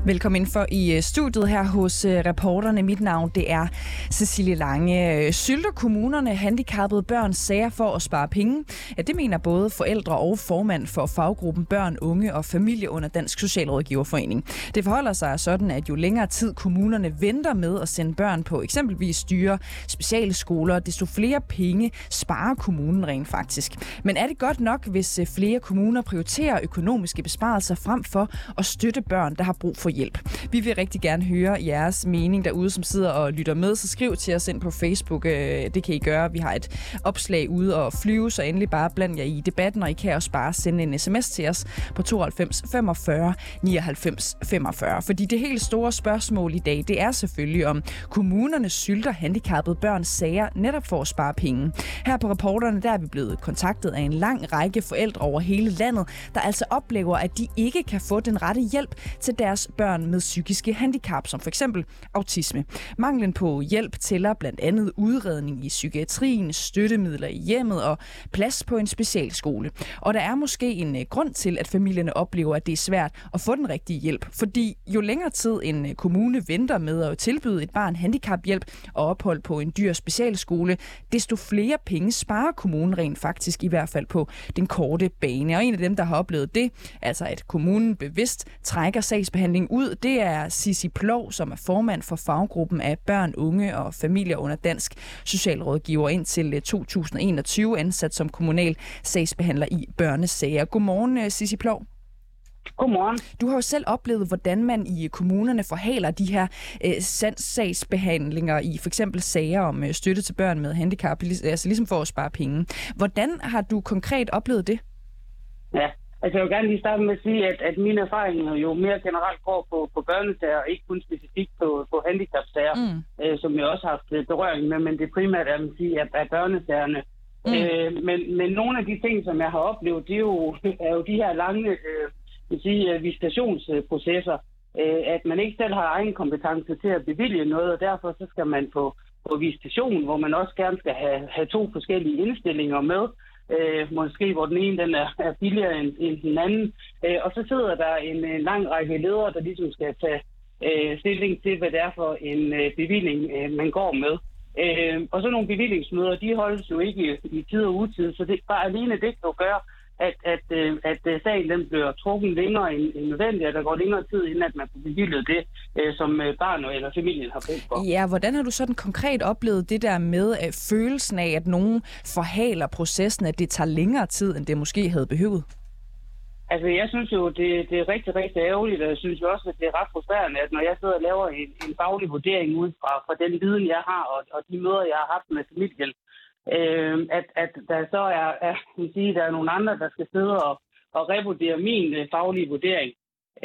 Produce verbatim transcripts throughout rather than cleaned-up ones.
Velkommen ind for i studiet her hos reporterne. Mit navn det er Cecilie Lange. Sylter kommunerne handicappede børns sager for at spare penge? Ja, det mener både forældre og formand for faggruppen Børn, Unge og Familie under Dansk Socialrådgiverforening. Det forholder sig sådan, at jo længere tid kommunerne venter med at sende børn på eksempelvis dyre specialskoler, desto flere penge sparer kommunen rent faktisk. Men er det godt nok, hvis flere kommuner prioriterer økonomiske besparelser frem for at støtte børn, der har brug for hjælp? Vi vil rigtig gerne høre jeres mening derude, som sidder og lytter med, så skriv til os ind på Facebook. Det kan I gøre. Vi har et opslag ude og flyve, så endelig bare bland jer i debatten, og I kan også bare sende en sms til os på tooghalvfems femogfyrre nioghalvfems femogfyrre. Fordi det helt store spørgsmål i dag, det er selvfølgelig om kommunerne sylter handicappede børns sager netop for at spare penge. Her på Reporterne, der er vi blevet kontaktet af en lang række forældre over hele landet, der altså oplever, at de ikke kan få den rette hjælp til deres børn med psykiske handicap, som for eksempel autisme. Manglen på hjælp tæller blandt andet udredning i psykiatrien, støttemidler i hjemmet og plads på en specialskole. Og der er måske en grund til, at familierne oplever, at det er svært at få den rigtige hjælp. Fordi jo længere tid en kommune venter med at tilbyde et barn handicaphjælp og ophold på en dyr specialskole, desto flere penge sparer kommunen rent faktisk, i hvert fald på den korte bane. Og en af dem, der har oplevet det, altså at kommunen bevidst trækker sagsbehandling ud, det er Sissi Plov, som er formand for faggruppen af Børn, Unge og Familier under Dansk Socialrådgiver, indtil to tusind og enogtyve ansat som kommunal sagsbehandler i børnesager. Godmorgen, Sissi Plov. Godmorgen. Du har jo selv oplevet, hvordan man i kommunerne forhaler de her øh, sagsbehandlinger i for eksempel sager om øh, støtte til børn med handicap, altså ligesom for at spare penge. Hvordan har du konkret oplevet det? Ja, altså jeg vil gerne lige starte med at sige, at, at mine erfaringer jo mere generelt går på, på børnesager, og ikke kun specifikt på, på handicapsager, mm. øh, som jeg også har haft berøring med, men det primært er at sige, at, at børnesagerne. Mm. Øh, men, men nogle af de ting, som jeg har oplevet, det er jo, er jo de her lange øh, sige, visitationsprocesser, øh, at man ikke selv har egen kompetence til at bevilge noget, og derfor så skal man på, på visitation, hvor man også gerne skal have, have to forskellige indstillinger med, øh, måske hvor den ene den er, er billigere end, end den anden, øh, og så sidder der en, en lang række ledere, der ligesom skal tage øh, stilling til, hvad det er for en øh, bevilling, øh, man går med. Øh, og så nogle bevillingsmøder, de holdes jo ikke i, i tid og utid, så det bare alene det kan jo gøre, at, at, at, at sagen den bliver trukket længere end, end nødvendigt, at der går længere tid, inden at man får bevilget det, som barn eller familien har brug for. Ja, hvordan har du sådan konkret oplevet det der med at følelsen af, at nogen forhaler processen, at det tager længere tid, end det måske havde behøvet? Altså, jeg synes jo, det, det er rigtig, rigtig ærgerligt, og jeg synes jo også, at det er ret frustrerende, at når jeg sidder og laver en, en faglig vurdering ud fra, fra den viden, jeg har, og, og de møder, jeg har haft med familien, Øh, at, at der så er, er, sige, der er nogle andre, der skal sidde og, og revurdere min øh, faglige vurdering.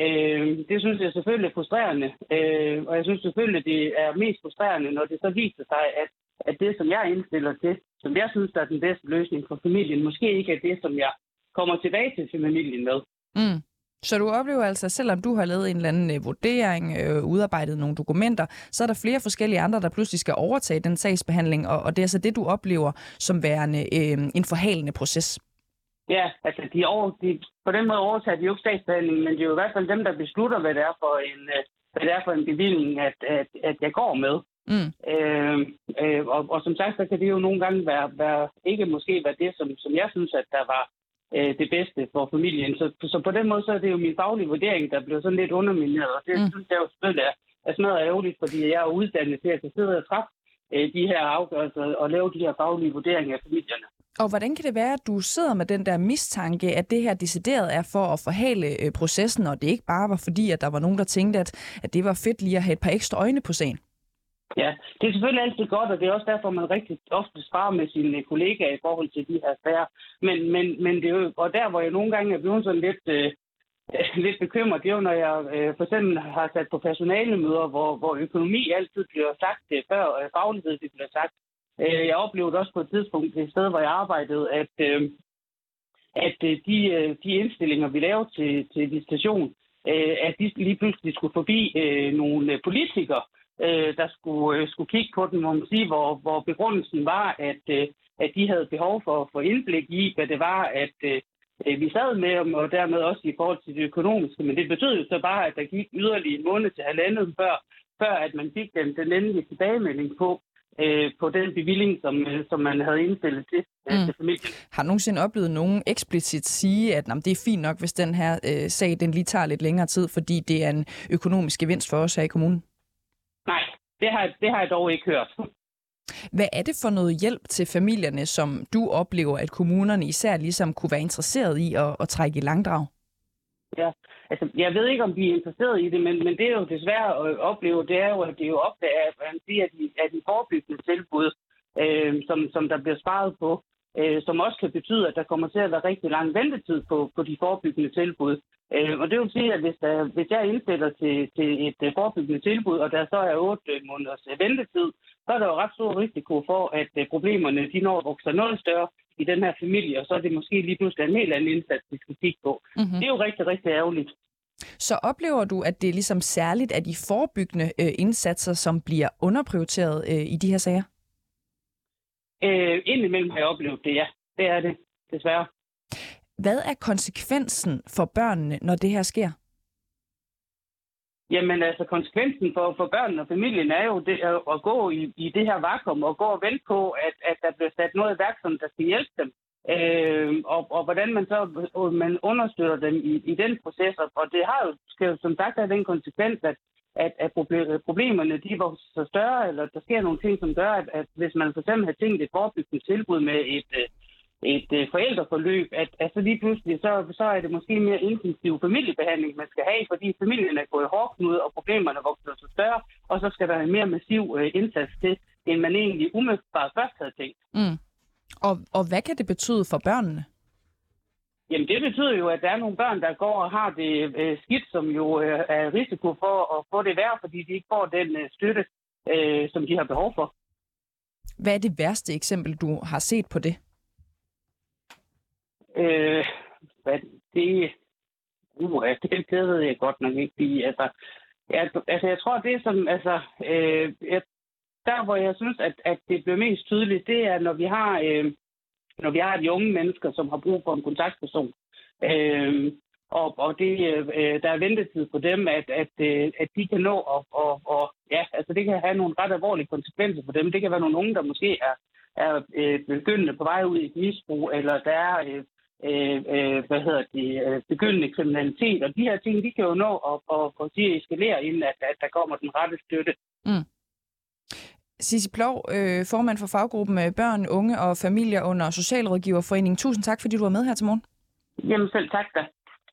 Øh, det synes jeg selvfølgelig er frustrerende, øh, og jeg synes selvfølgelig, det er mest frustrerende, når det så viser sig, at, at det, som jeg indstiller til, som jeg synes, der er den bedste løsning for familien, måske ikke er det, som jeg kommer tilbage til til familien med. Mm. Så du oplever altså, selvom du har lavet en eller anden øh, vurdering, øh, udarbejdet nogle dokumenter, så er der flere forskellige andre, der pludselig skal overtage den sagsbehandling, og, og det er så det, du oplever som værende øh, en forhalende proces. Ja, altså de over, de, på den måde overtager de jo ikke sagsbehandlingen, men det er jo i hvert fald dem, der beslutter, hvad det er for en, hvad det er for en bevilling, at, at, at jeg går med. Mm. Øh, øh, og, og som sagt, så kan det jo nogle gange være, være ikke måske være det, som, som jeg synes, at der var det bedste for familien. Så, så på den måde, så er det jo min faglige vurdering, der bliver sådan lidt undermineret. Og det mm. synes jeg jo selvfølgelig er, er smadret ærgerligt, fordi jeg er uddannet til at sidde og træffe øh, de her afgørelser og lave de her faglige vurderinger af familierne. Og hvordan kan det være, at du sidder med den der mistanke, at det her decideret er for at forhale øh, processen, og det ikke bare var fordi, at der var nogen, der tænkte, at, at det var fedt lige at have et par ekstra øjne på sagen? Ja, det er selvfølgelig altid godt, og det er også derfor, man rigtig ofte sparer med sine kollegaer i forhold til de her sager. Men, men, men det er jo, og der, hvor jeg nogle gange er blevet sådan lidt, øh, lidt bekymret, det er jo, når jeg øh, for eksempel har sat på personalemøder, hvor, hvor økonomi altid bliver sagt, øh, før øh, faglighed det bliver sagt. Øh, jeg oplevede også på et tidspunkt et sted, hvor jeg arbejdede, at, øh, at øh, de, øh, de indstillinger, vi lavede til, til visitation, øh, at de lige pludselig skulle forbi øh, nogle politikere, der skulle, skulle kigge på den, må man sige, hvor, hvor begrundelsen var, at, at de havde behov for, for indblik i, hvad det var, at, øh, vi sad med dem, og dermed også i forhold til det økonomiske. Men det betød jo så bare, at der gik yderligere en måned til halvandet før, før at man fik den, den endelige tilbagemelding på, øh, på den bevilling, som, øh, som man havde indstillet til, øh, mm. til familien. Har du nogensinde oplevet nogen eksplicit sige, at det er fint nok, hvis den her øh, sag den lige tager lidt længere tid, fordi det er en økonomisk gevinst for os her i kommunen? Nej, det har, det har jeg dog ikke hørt. Hvad er det for noget hjælp til familierne, som du oplever, at kommunerne især ligesom kunne være interesseret i at, at trække i langdrag? Ja, altså jeg ved ikke, om de er interesseret i det, men, men det er jo desværre at opleve, det er jo, at det er jo ofte at man siger, at de, at de forebyggende tilbud, øh, som, som der bliver sparet på, øh, som også kan betyde, at der kommer til at være rigtig lang ventetid på, på de forebyggende tilbud. Øh, og det vil sige, at hvis, der, hvis jeg indsætter til, til et forebyggende tilbud, og der så er otte måneders ventetid, så er der jo ret stor risiko for, at problemerne de når at vokse noget større i den her familie, og så er det måske lige pludselig en helt anden indsats, vi skal kigge på. Mm-hmm. Det er jo rigtig, rigtig ærgerligt. Så oplever du, at det er ligesom særligt af de forebyggende øh, indsatser, som bliver underprioriteret øh, i de her sager? Øh, indimellem har jeg oplevet det, ja. Det er det, desværre. Hvad er konsekvensen for børnene, når det her sker? Jamen altså, konsekvensen for, for børnene og familien er jo det, at gå i, i det her vakuum og gå og vente på, at, at der bliver sat noget i værk, som der skal hjælpe dem. Øh, og, og hvordan man så man understøtter dem i, i den proces. Og det har jo, skal jo som sagt have den konsekvens, at, at, at problemerne de var så større, eller der sker nogle ting, som gør, at, at hvis man for eksempel har tænkt et forebyggende tilbud med et et øh, forældreforløb, at altså lige pludselig, så, så er det måske mere intensiv familiebehandling, man skal have, fordi familien er gået i hårdknude, og problemerne vokser så større, og så skal der en mere massiv øh, indsats til, end man egentlig umiddelbart først havde tænkt. Mm. Og, og hvad kan det betyde for børnene? Jamen det betyder jo, at der er nogle børn, der går og har det øh, skidt, som jo øh, er risiko for at få det værre, fordi de ikke får den øh, støtte, øh, som de har behov for. Hvad er det værste eksempel, du har set på det? Øh, hvad det, uh, det, det ved jeg godt nok ikke lige. Altså, jeg, altså, jeg tror, det som, altså, øh, jeg, der hvor jeg synes, at, at det bliver mest tydeligt, det er, når vi har, øh, når vi har de unge mennesker, som har brug for en kontaktperson. Øh, og, og det, øh, der er ventetid på dem, at, at, øh, at de kan nå, og, og, og ja, altså det kan have nogle ret alvorlige konsekvenser for dem. Det kan være nogle unge, der måske er, er øh, begyndende på vej ud i et misbrug, eller der er øh, Øh, øh, hvad hedder det, øh, begyndende kriminalitet, og de her ting, de kan jo nå at, at, at de-eskalere, inden at, at der kommer den rette støtte. Mm. Sissi Ploug, øh, formand for faggruppen Børn, Unge og Familier under Socialrådgiverforeningen. Tusind tak, fordi du var med her til morgen. Jamen selv tak da.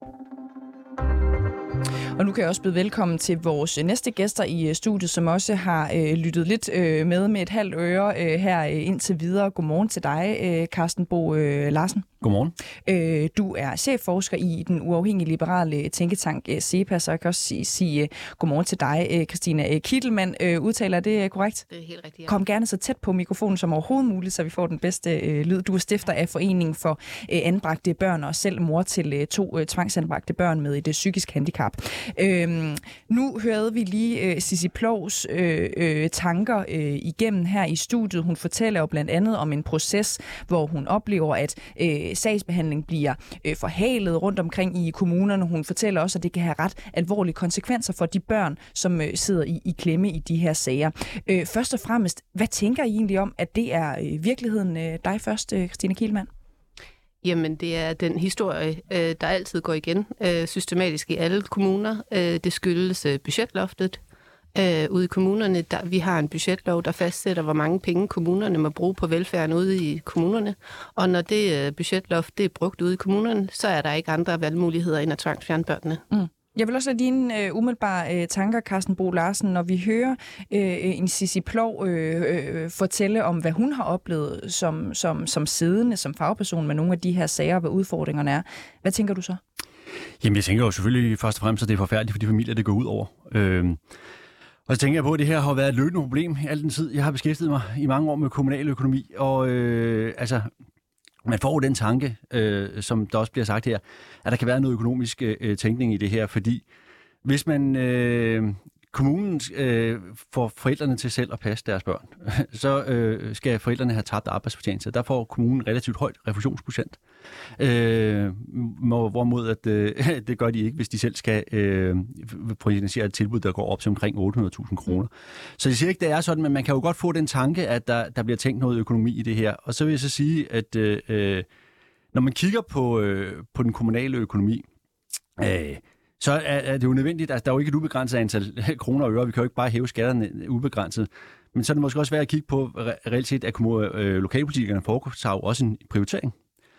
Og nu kan jeg også byde velkommen til vores næste gæster i studiet, som også har øh, lyttet lidt øh, med med et halvt øre øh, her øh, indtil videre. Godmorgen til dig, øh, Carsten Bo øh, Larsen. Godmorgen. Øh, du er chefforsker i den uafhængige liberale tænketank øh, CEPAS, og jeg kan også sige, sige øh, godmorgen til dig, øh, Christina Kittelmann. Øh, udtaler det korrekt? Det er helt rigtigt, ja. Kom gerne så tæt på mikrofonen som overhovedet muligt, så vi får den bedste øh, lyd. Du er stifter af Foreningen for øh, anbragte børn og selv mor til øh, to øh, tvangsanbragte børn med et øh, psykisk handicap. Øhm, nu hørte vi lige øh, Sissi Plougs øh, øh, tanker øh, igennem her i studiet. Hun fortæller jo blandt andet om en proces, hvor hun oplever, at øh, sagsbehandling bliver øh, forhalet rundt omkring i kommunerne. Hun fortæller også, at det kan have ret alvorlige konsekvenser for de børn, som øh, sidder i, i klemme i de her sager. Øh, først og fremmest, hvad tænker I egentlig om, at det er øh, virkeligheden øh, dig først, øh, Christina Kittelmann? Jamen, det er den historie, øh, der altid går igen øh, systematisk i alle kommuner. Øh, det skyldes øh, budgetloftet. Øh, ude i kommunerne, der, vi har en budgetlov, der fastsætter, hvor mange penge kommunerne må bruge på velfærden ude i kommunerne. Og når det øh, budgetloft det er brugt ude i kommunerne, så er der ikke andre valgmuligheder end at tvangsfjerne børnene. Mm. Jeg vil også have dine øh, umiddelbare øh, tanker, Carsten Bo Larsen, når vi hører øh, en Sissi Ploug øh, øh, fortælle om, hvad hun har oplevet som, som, som siddende, som fagperson med nogle af de her sager, hvad udfordringerne er. Hvad tænker du så? Jamen, jeg tænker jo selvfølgelig først og fremmest, at det er forfærdeligt for de familier, det går ud over. Øh, og så tænker jeg på, at det her har været et løbende problem i al den tid. Jeg har beskæftiget mig i mange år med kommunal økonomi, og øh, altså... Man får den tanke, øh, som der også bliver sagt her, at der kan være noget økonomisk øh, tænkning i det her, fordi hvis man øh, kommunen øh, får forældrene til selv at passe deres børn, så øh, skal forældrene have tabt arbejdsfortjeneste. Der får kommunen relativt højt refusionsprocent. Øh, hvorimod at, øh, det gør de ikke, hvis de selv skal øh, finansiere et tilbud, der går op til omkring otte hundrede tusind kroner. Så jeg siger ikke, det er sådan, men man kan jo godt få den tanke, at der, der bliver tænkt noget økonomi i det her. Og så vil jeg så sige, at øh, når man kigger på, øh, på den kommunale økonomi, øh, så er, er det jo nødvendigt, at altså, der er jo ikke et ubegrænset antal kroner og øre. Vi kan jo ikke bare hæve skatterne ubegrænset. Men så er det måske også værd at kigge på, reelt set, at øh, lokalpolitikerne foretager også en prioritering.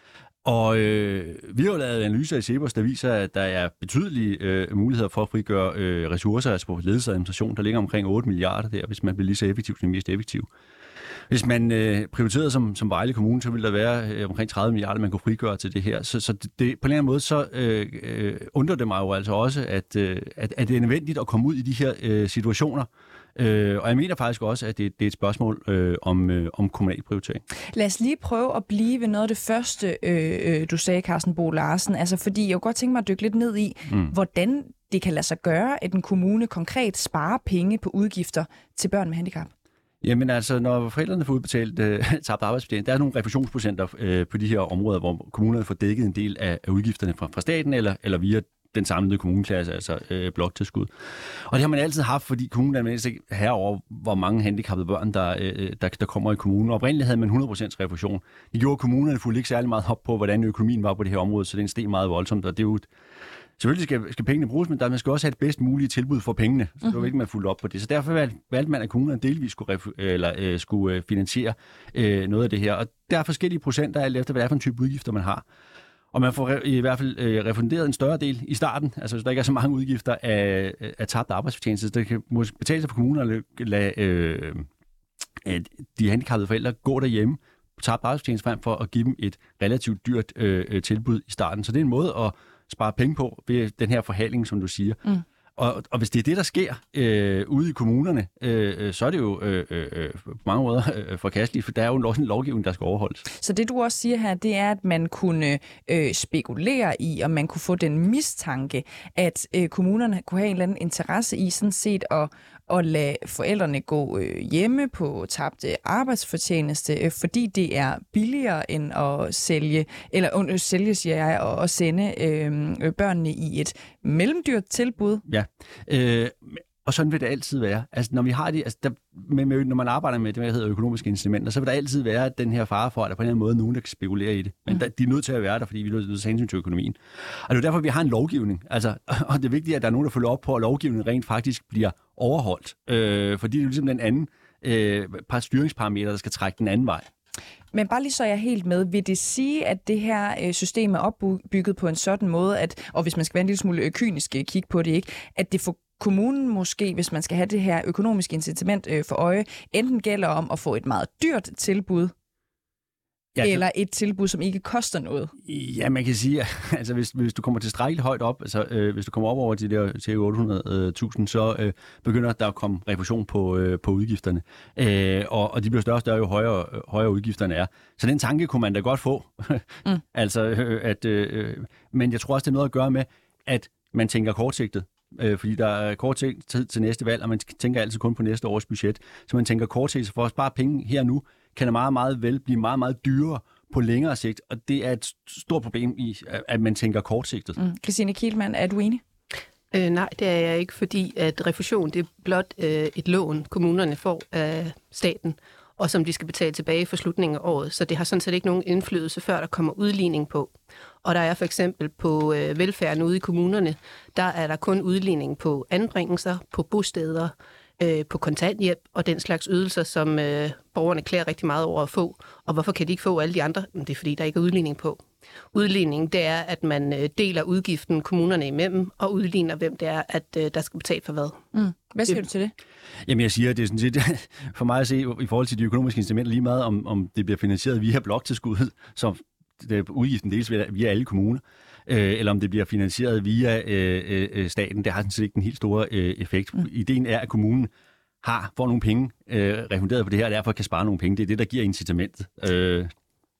Og øh, vi har jo lavet analyser i Cepos, der viser, at der er betydelige øh, muligheder for at frigøre øh, ressourcer, altså på ledelse og administration. Der ligger omkring otte milliarder der, hvis man bliver lige så effektiv som mest effektiv. Hvis man øh, prioriterede som, som Vejle Kommune, så ville der være øh, omkring tredive milliarder, man kunne frigøre til det her. Så, så det, på en eller anden måde, så øh, øh, undrer det mig jo altså også, at, øh, at, at det er nødvendigt at komme ud i de her øh, situationer. Øh, og jeg mener faktisk også, at det, det er et spørgsmål øh, om, øh, om kommunal prioritering. Lad os lige prøve at blive ved noget af det første, øh, du sagde, Carsten Bo Larsen. Altså, fordi jeg kunne godt tænke mig at dykke lidt ned i, mm. hvordan det kan lade sig gøre, at en kommune konkret sparer penge på udgifter til børn med handicap. Jamen altså, når forældrene får udbetalt øh, tabt arbejdsfortjeneste, der er nogle refusionsprocenter øh, på de her områder, hvor kommunerne får dækket en del af, af udgifterne fra, fra staten eller, eller via den samlede kommuneklasse, altså øh, bloktilskud. Og det har man altid haft, fordi kommunen er mindst ikke herover, hvor mange handicappede børn, der, øh, der, der kommer i kommunen. Oprindeligt havde man hundrede procent refusion. Det gjorde kommunerne fulgte ikke særlig meget op på, hvordan økonomien var på det her område, så den steg meget voldsomt, og det er jo selvfølgelig skal, skal pengene bruges, men der, man skal også have det bedst mulige tilbud for pengene, så mm-hmm. det var ikke, man fulgte op på det. Så derfor valgte man, at kommunerne delvis skulle, refu- eller, øh, skulle finansiere øh, noget af det her. Og der er forskellige procenter, alt efter hvad det er for en type udgifter, man har. Og man får i hvert fald øh, refunderet en større del i starten, altså hvis der ikke er så mange udgifter af, af tabt arbejdsfortjeneste, så det kan måske betale sig for kommunerne at lade øh, de handicappede forældre gå derhjemme på tabt arbejdsfortjeneste frem for at give dem et relativt dyrt øh, tilbud i starten. Så det er en måde at spare penge på ved den her forhandling, som du siger. Mm. Og, og hvis det er det, der sker øh, ude i kommunerne, øh, så er det jo øh, øh, på mange måder øh, forkasteligt, for der er jo også en lovgivning, der skal overholdes. Så det, du også siger her, det er, at man kunne øh, spekulere i, og man kunne få den mistanke, at øh, kommunerne kunne have en eller anden interesse i sådan set at, at lade forældrene gå øh, hjemme på tabt arbejdsfortjeneste, øh, fordi det er billigere end at sælge, eller øh, sælge, siger jeg, og at sende øh, børnene i et mellemdyrt tilbud. Ja, øh, og sådan vil det altid være. Altså, når vi har det, altså, der, med, med, når man arbejder med det, der hedder økonomiske incitamenter, så vil der altid være den her fare for, at der på en eller anden måde nogen, der kan spekulere i det. Men mm. der, de er nødt til at være der, fordi vi er nødt til at tage hensyn til økonomien. Og det er derfor, vi har en lovgivning. Altså, og det er vigtigt, at der er nogen, der følger op på, at lovgivningen rent faktisk bliver overholdt. Øh, fordi det er ligesom den anden øh, par styringsparametre, der skal trække den anden vej. Men bare lige så jeg er helt med, vil det sige, at det her system er opbygget på en sådan måde, at, og hvis man skal være en lille smule kynisk kig på det, ikke, at det for kommunen måske, hvis man skal have det her økonomiske incitament øh, for øje, enten gælder om at få et meget dyrt tilbud, ja, eller et tilbud, som ikke koster noget? Ja, man kan sige, at altså, hvis, hvis du kommer tilstrækkeligt højt op, altså øh, hvis du kommer op over de der til otte hundrede tusind, så øh, begynder der at komme refusion på, øh, på udgifterne. Øh, og, og de bliver større og større, jo højere, højere udgifterne er. Så den tanke kunne man da godt få. mm. altså, øh, at, øh, men jeg tror også, det er noget at gøre med, at man tænker kortsigtet. Øh, fordi der er kort tid til næste valg, og man tænker altid kun på næste års budget. Så man tænker kortsigtet, for at spare penge her nu, kan det meget, meget vel blive meget, meget dyrere på længere sigt. Og det er et stort problem i, at man tænker kortsigtet. Mm. Christine Kielmann, er du enig? Øh, nej, det er jeg ikke, fordi at refusion det er blot øh, et lån, kommunerne får af staten, og som de skal betale tilbage for slutningen af året. Så det har sådan set ikke nogen indflydelse, før der kommer udligning på. Og der er for eksempel på øh, velfærden ude i kommunerne, der er der kun udligning på anbringelser, på bosteder, øh, på kontanthjælp og den slags ydelser, som øh, borgerne klager rigtig meget over at få. Og hvorfor kan de ikke få alle de andre? Det er fordi, der ikke er udligning på. Udligning, det er, at man øh, deler udgiften kommunerne imellem, og udligner, hvem det er, at øh, der skal betale for hvad. Mm. Hvad siger du til det? Jamen jeg siger, at det er sådan set for mig at se i forhold til de økonomiske incitamenter lige meget, om, om det bliver finansieret via bloktilskuddet, som det, udgiften deles via alle kommuner, øh, eller om det bliver finansieret via øh, øh, staten. Det har sådan set ikke den helt store øh, effekt. Mm. Ideen er, at kommunen har får nogle penge øh, refunderet på det her, og derfor kan spare nogle penge. Det er det, der giver incitamentet. Øh,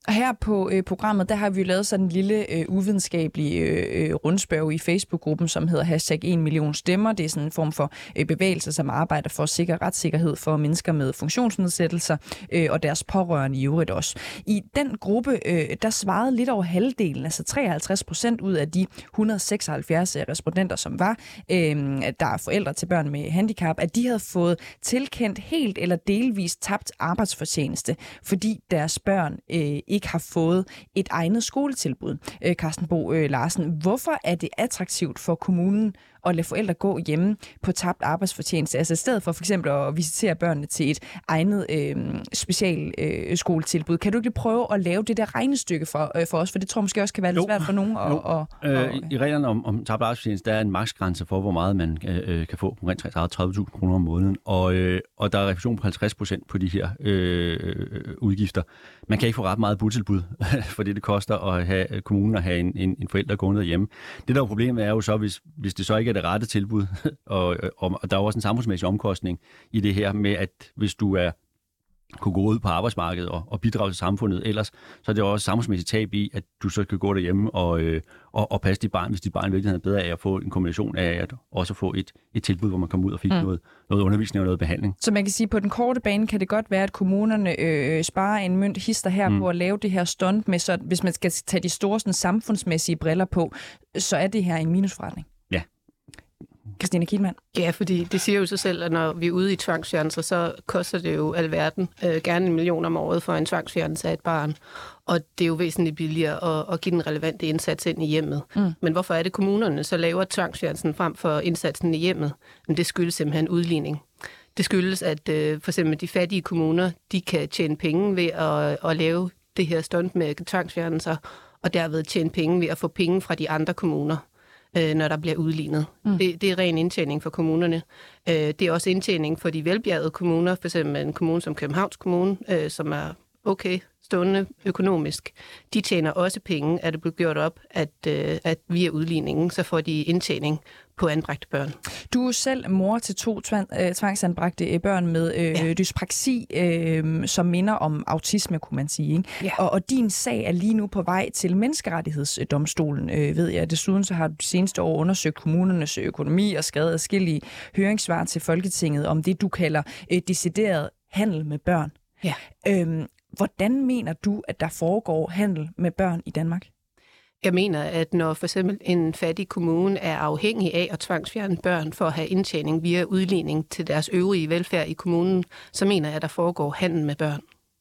Og her på øh, programmet, der har vi lavet sådan en lille øh, uvidenskabelig øh, rundspørg i Facebook-gruppen, som hedder hashtag en million stemmer. Det er sådan en form for øh, bevægelse, som arbejder for at sikre retssikkerhed for mennesker med funktionsnedsættelser øh, og deres pårørende i øvrigt også. I den gruppe, øh, der svarede lidt over halvdelen, altså treoghalvtreds procent ud af de et hundrede og seksoghalvfjerds respondenter, som var, øh, der er forældre til børn med handicap, at de havde fået tilkendt helt eller delvist tabt arbejdsfortjeneste, fordi deres børn øh, ikke har fået et egnet skoletilbud. Øh, Carsten Bo øh, Larsen, hvorfor er det attraktivt for kommunen at lade forældre gå hjemme på tabt arbejdsfortjeneste? Altså i stedet for for eksempel at visitere børnene til et egnet øh, special øh, skoletilbud. Kan du ikke prøve at lave det der regnestykke for, øh, for os? For det tror jeg måske også kan være lidt jo. svært for nogen. Og, og, og, øh, I, I reglerne om, om tabt arbejdsfortjeneste, der er en maksgrænse for, hvor meget man øh, kan få på omkring tredive tusind kroner om måneden. Og, øh, og der er refusion på halvtreds procent på de her øh, udgifter. Man kan ikke få ret meget botilbud, for det det koster at have kommunen at have en, en, en forælder gående derhjemme. Det der er problemet er jo så, hvis, hvis det så ikke er det rette tilbud, og, og, og der er også en samfundsmæssig omkostning i det her med, at hvis du er kunne gå ud på arbejdsmarkedet og, og bidrage til samfundet ellers, så er det også samfundsmæssigt tab i, at du så kan gå derhjemme og, øh, og, og passe dit barn, hvis dit barn virkelig er bedre af at få en kombination af at også få et, et tilbud, hvor man kommer ud og fik mm. noget, noget undervisning og noget behandling. Så man kan sige, at på den korte bane kan det godt være, at kommunerne øh, sparer en mønt hister her mm. på at lave det her stunt med, så hvis man skal tage de store sådan, samfundsmæssige briller på, så er det her en minusforretning. Ja. Christine Kielmann. Ja, fordi det siger jo sig selv, at når vi er ude i tvangsfjernelser, så koster det jo alverden. Øh, gerne en million om året for en tvangsfjernelse af et barn. Og det er jo væsentligt billigere at, at give den relevante indsats ind i hjemmet. Mm. Men hvorfor er det kommunerne så laver tvangsfjernelsen frem for indsatsen i hjemmet? Men det skyldes simpelthen udligning. Det skyldes, at øh, for eksempel de fattige kommuner, de kan tjene penge ved at, at lave det her stunt med tvangsfjernelser, og derved tjene penge ved at få penge fra de andre kommuner, når der bliver udlignet. Mm. Det, det er ren indtjening for kommunerne. Det er også indtjening for de velbjergede kommuner, f.eks. en kommune som Københavns Kommune, som er okay stående økonomisk. De tjener også penge, at det bliver gjort op, at, at via udligningen, så får de indtjening på anbragte børn. Du er selv mor til to tvangsanbragte børn med øh, ja. dyspraksi, øh, som minder om autisme, kunne man sige. Ikke? Ja. Og, og din sag er lige nu på vej til Menneskerettighedsdomstolen, øh, ved jeg. Desuden så har du de seneste år undersøgt kommunernes økonomi og skrevet adskillige høringssvar til Folketinget om det, du kalder øh, decideret handel med børn. Ja. Øhm, hvordan mener du, at der foregår handel med børn i Danmark? Jeg mener, at når for eksempel en fattig kommune er afhængig af at tvangsfjerne børn for at have indtjening via udligning til deres øvrige velfærd i kommunen, så mener jeg, at der foregår handel med børn.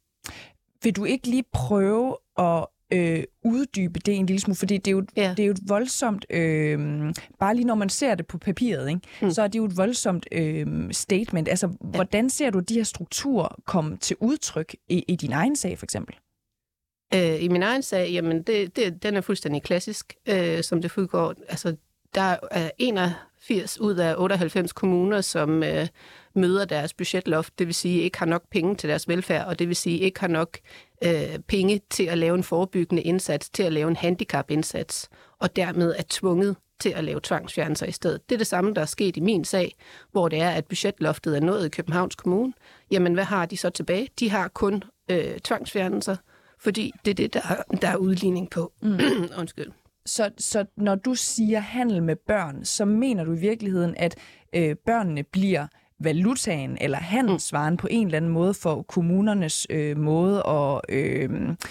Vil du ikke lige prøve at øh, uddybe det en lille smule? Fordi det er jo, ja. det er jo et voldsomt, øh, bare lige når man ser det på papiret, ikke? Mm. Så er det jo et voldsomt øh, statement. Altså, ja. Hvordan ser du de her strukturer komme til udtryk i, i din egen sag, for eksempel? I min egen sag, jamen, det, det, den er fuldstændig klassisk, øh, som det foregår. Altså, der er enogfirs ud af otteoghalvfems kommuner, som øh, møder deres budgetloft, det vil sige ikke har nok penge til deres velfærd, og det vil sige ikke har nok øh, penge til at lave en forebyggende indsats, til at lave en handicapindsats, og dermed er tvunget til at lave tvangsfjernelser i stedet. Det er det samme, der er sket i min sag, hvor det er, at budgetloftet er nået i Københavns Kommune. Jamen, hvad har de så tilbage? De har kun øh, tvangsfjernelser, fordi det er det, der, der er udligning på. Mm. Undskyld. Så, så når du siger handel med børn, så mener du i virkeligheden, at øh, børnene bliver valutaen eller handelsvaren mm. på en eller anden måde for kommunernes øh, måde at øh,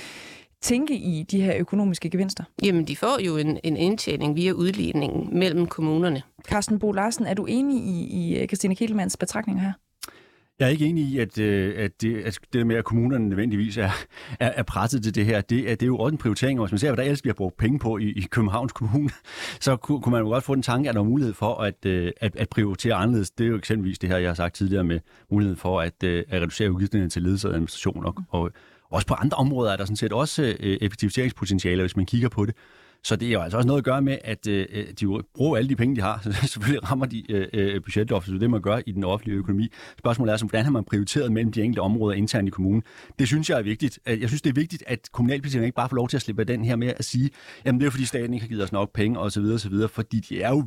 tænke i de her økonomiske gevinster? Jamen, de får jo en, en indtjening via udligningen mellem kommunerne. Carsten Bo Larsen, er du enig i, i Christine Kielmanns betragtninger her? Jeg er ikke enig i, at, at, det, at det med, at kommunerne nødvendigvis er, er, er presset til det her, det er, det er jo også en prioritering. Og hvis man ser, hvad der ellers bliver brugt penge på i, i Københavns Kommune, så kunne, kunne man jo godt få den tanke, at der er mulighed for at, at, at prioritere anderledes. Det er jo eksempelvis det her, jeg har sagt tidligere, med mulighed for at, at reducere udgifterne til ledelse og administration. Og, og også på andre områder er der sådan set også effektiviseringspotentiale, hvis man kigger på det. Så det er jo altså også noget at gøre med, at øh, de bruger alle de penge, de har. Så selvfølgelig rammer de øh, budgetloftet, så det man gør i den offentlige økonomi. Spørgsmålet er, som, hvordan har man prioriteret mellem de enkelte områder internt i kommunen? Det synes jeg er vigtigt. Jeg synes, det er vigtigt, at kommunalpolitikerne ikke bare får lov til at slippe den her med at sige, jamen det er fordi staten ikke har givet os nok penge osv. osv., fordi de er jo valgt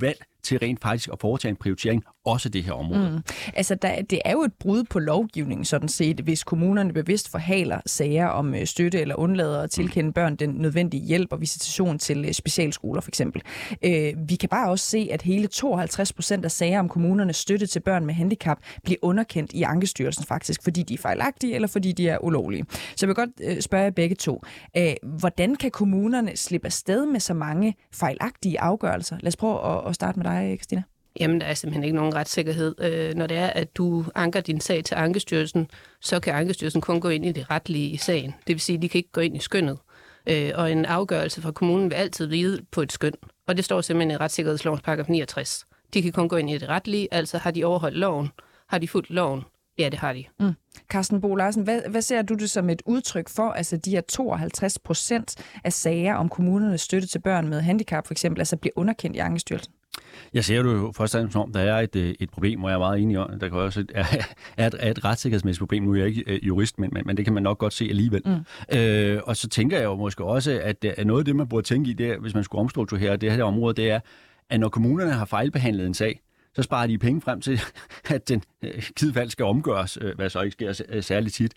til rent faktisk at foretage en prioritering, også det her område. Mm. Altså, der, det er jo et brud på lovgivningen, sådan set, hvis kommunerne bevidst forhaler sager om øh, støtte eller undlader at tilkende børn den nødvendige hjælp og visitation til øh, specialskoler, for eksempel. Øh, vi kan bare også se, at hele tooghalvtreds procent af sager om kommunernes støtte til børn med handicap bliver underkendt i Ankestyrelsen faktisk, fordi de er fejlagtige eller fordi de er ulovlige. Så jeg vil godt øh, spørge jer begge to. Øh, hvordan kan kommunerne slippe afsted med så mange fejlagtige afgørelser? Lad os prøve at, at starte med dig, Christina. Jamen, der er simpelthen ikke nogen retssikkerhed. Øh, når det er, at du anker din sag til Ankestyrelsen, så kan Ankestyrelsen kun gå ind i det retlige i sagen. Det vil sige, at de kan ikke gå ind i skønnet. Øh, og en afgørelse fra kommunen vil altid hvile på et skøn. Og det står simpelthen i retssikkerhedslovens paragraf niogtres. De kan kun gå ind i det retlige, altså har de overholdt loven? Har de fulgt loven? Ja, det har de. Mm. Carsten Bo Larsen, hvad, hvad ser du det som et udtryk for, altså de her tooghalvtreds procent af sager om kommunernes støtte til børn med handicap, for eksempel, altså bliver underkendt i Ankestyrelsen? Jeg ser det jo først og fremmest som, der er et, et problem, hvor jeg er meget enig om, der kan også er, er, et, er et retssikkerhedsmæssigt problem. Nu er jeg ikke uh, jurist, men, men, men det kan man nok godt se alligevel. Mm. Øh, og så tænker jeg jo måske også, at, at noget af det, man burde tænke i, det er, hvis man skulle omstrukturere det her område, det er, at når kommunerne har fejlbehandlet en sag, så sparer de penge frem til, at den øh, kidfald skal omgøres, øh, hvad så ikke sker øh, særligt tit.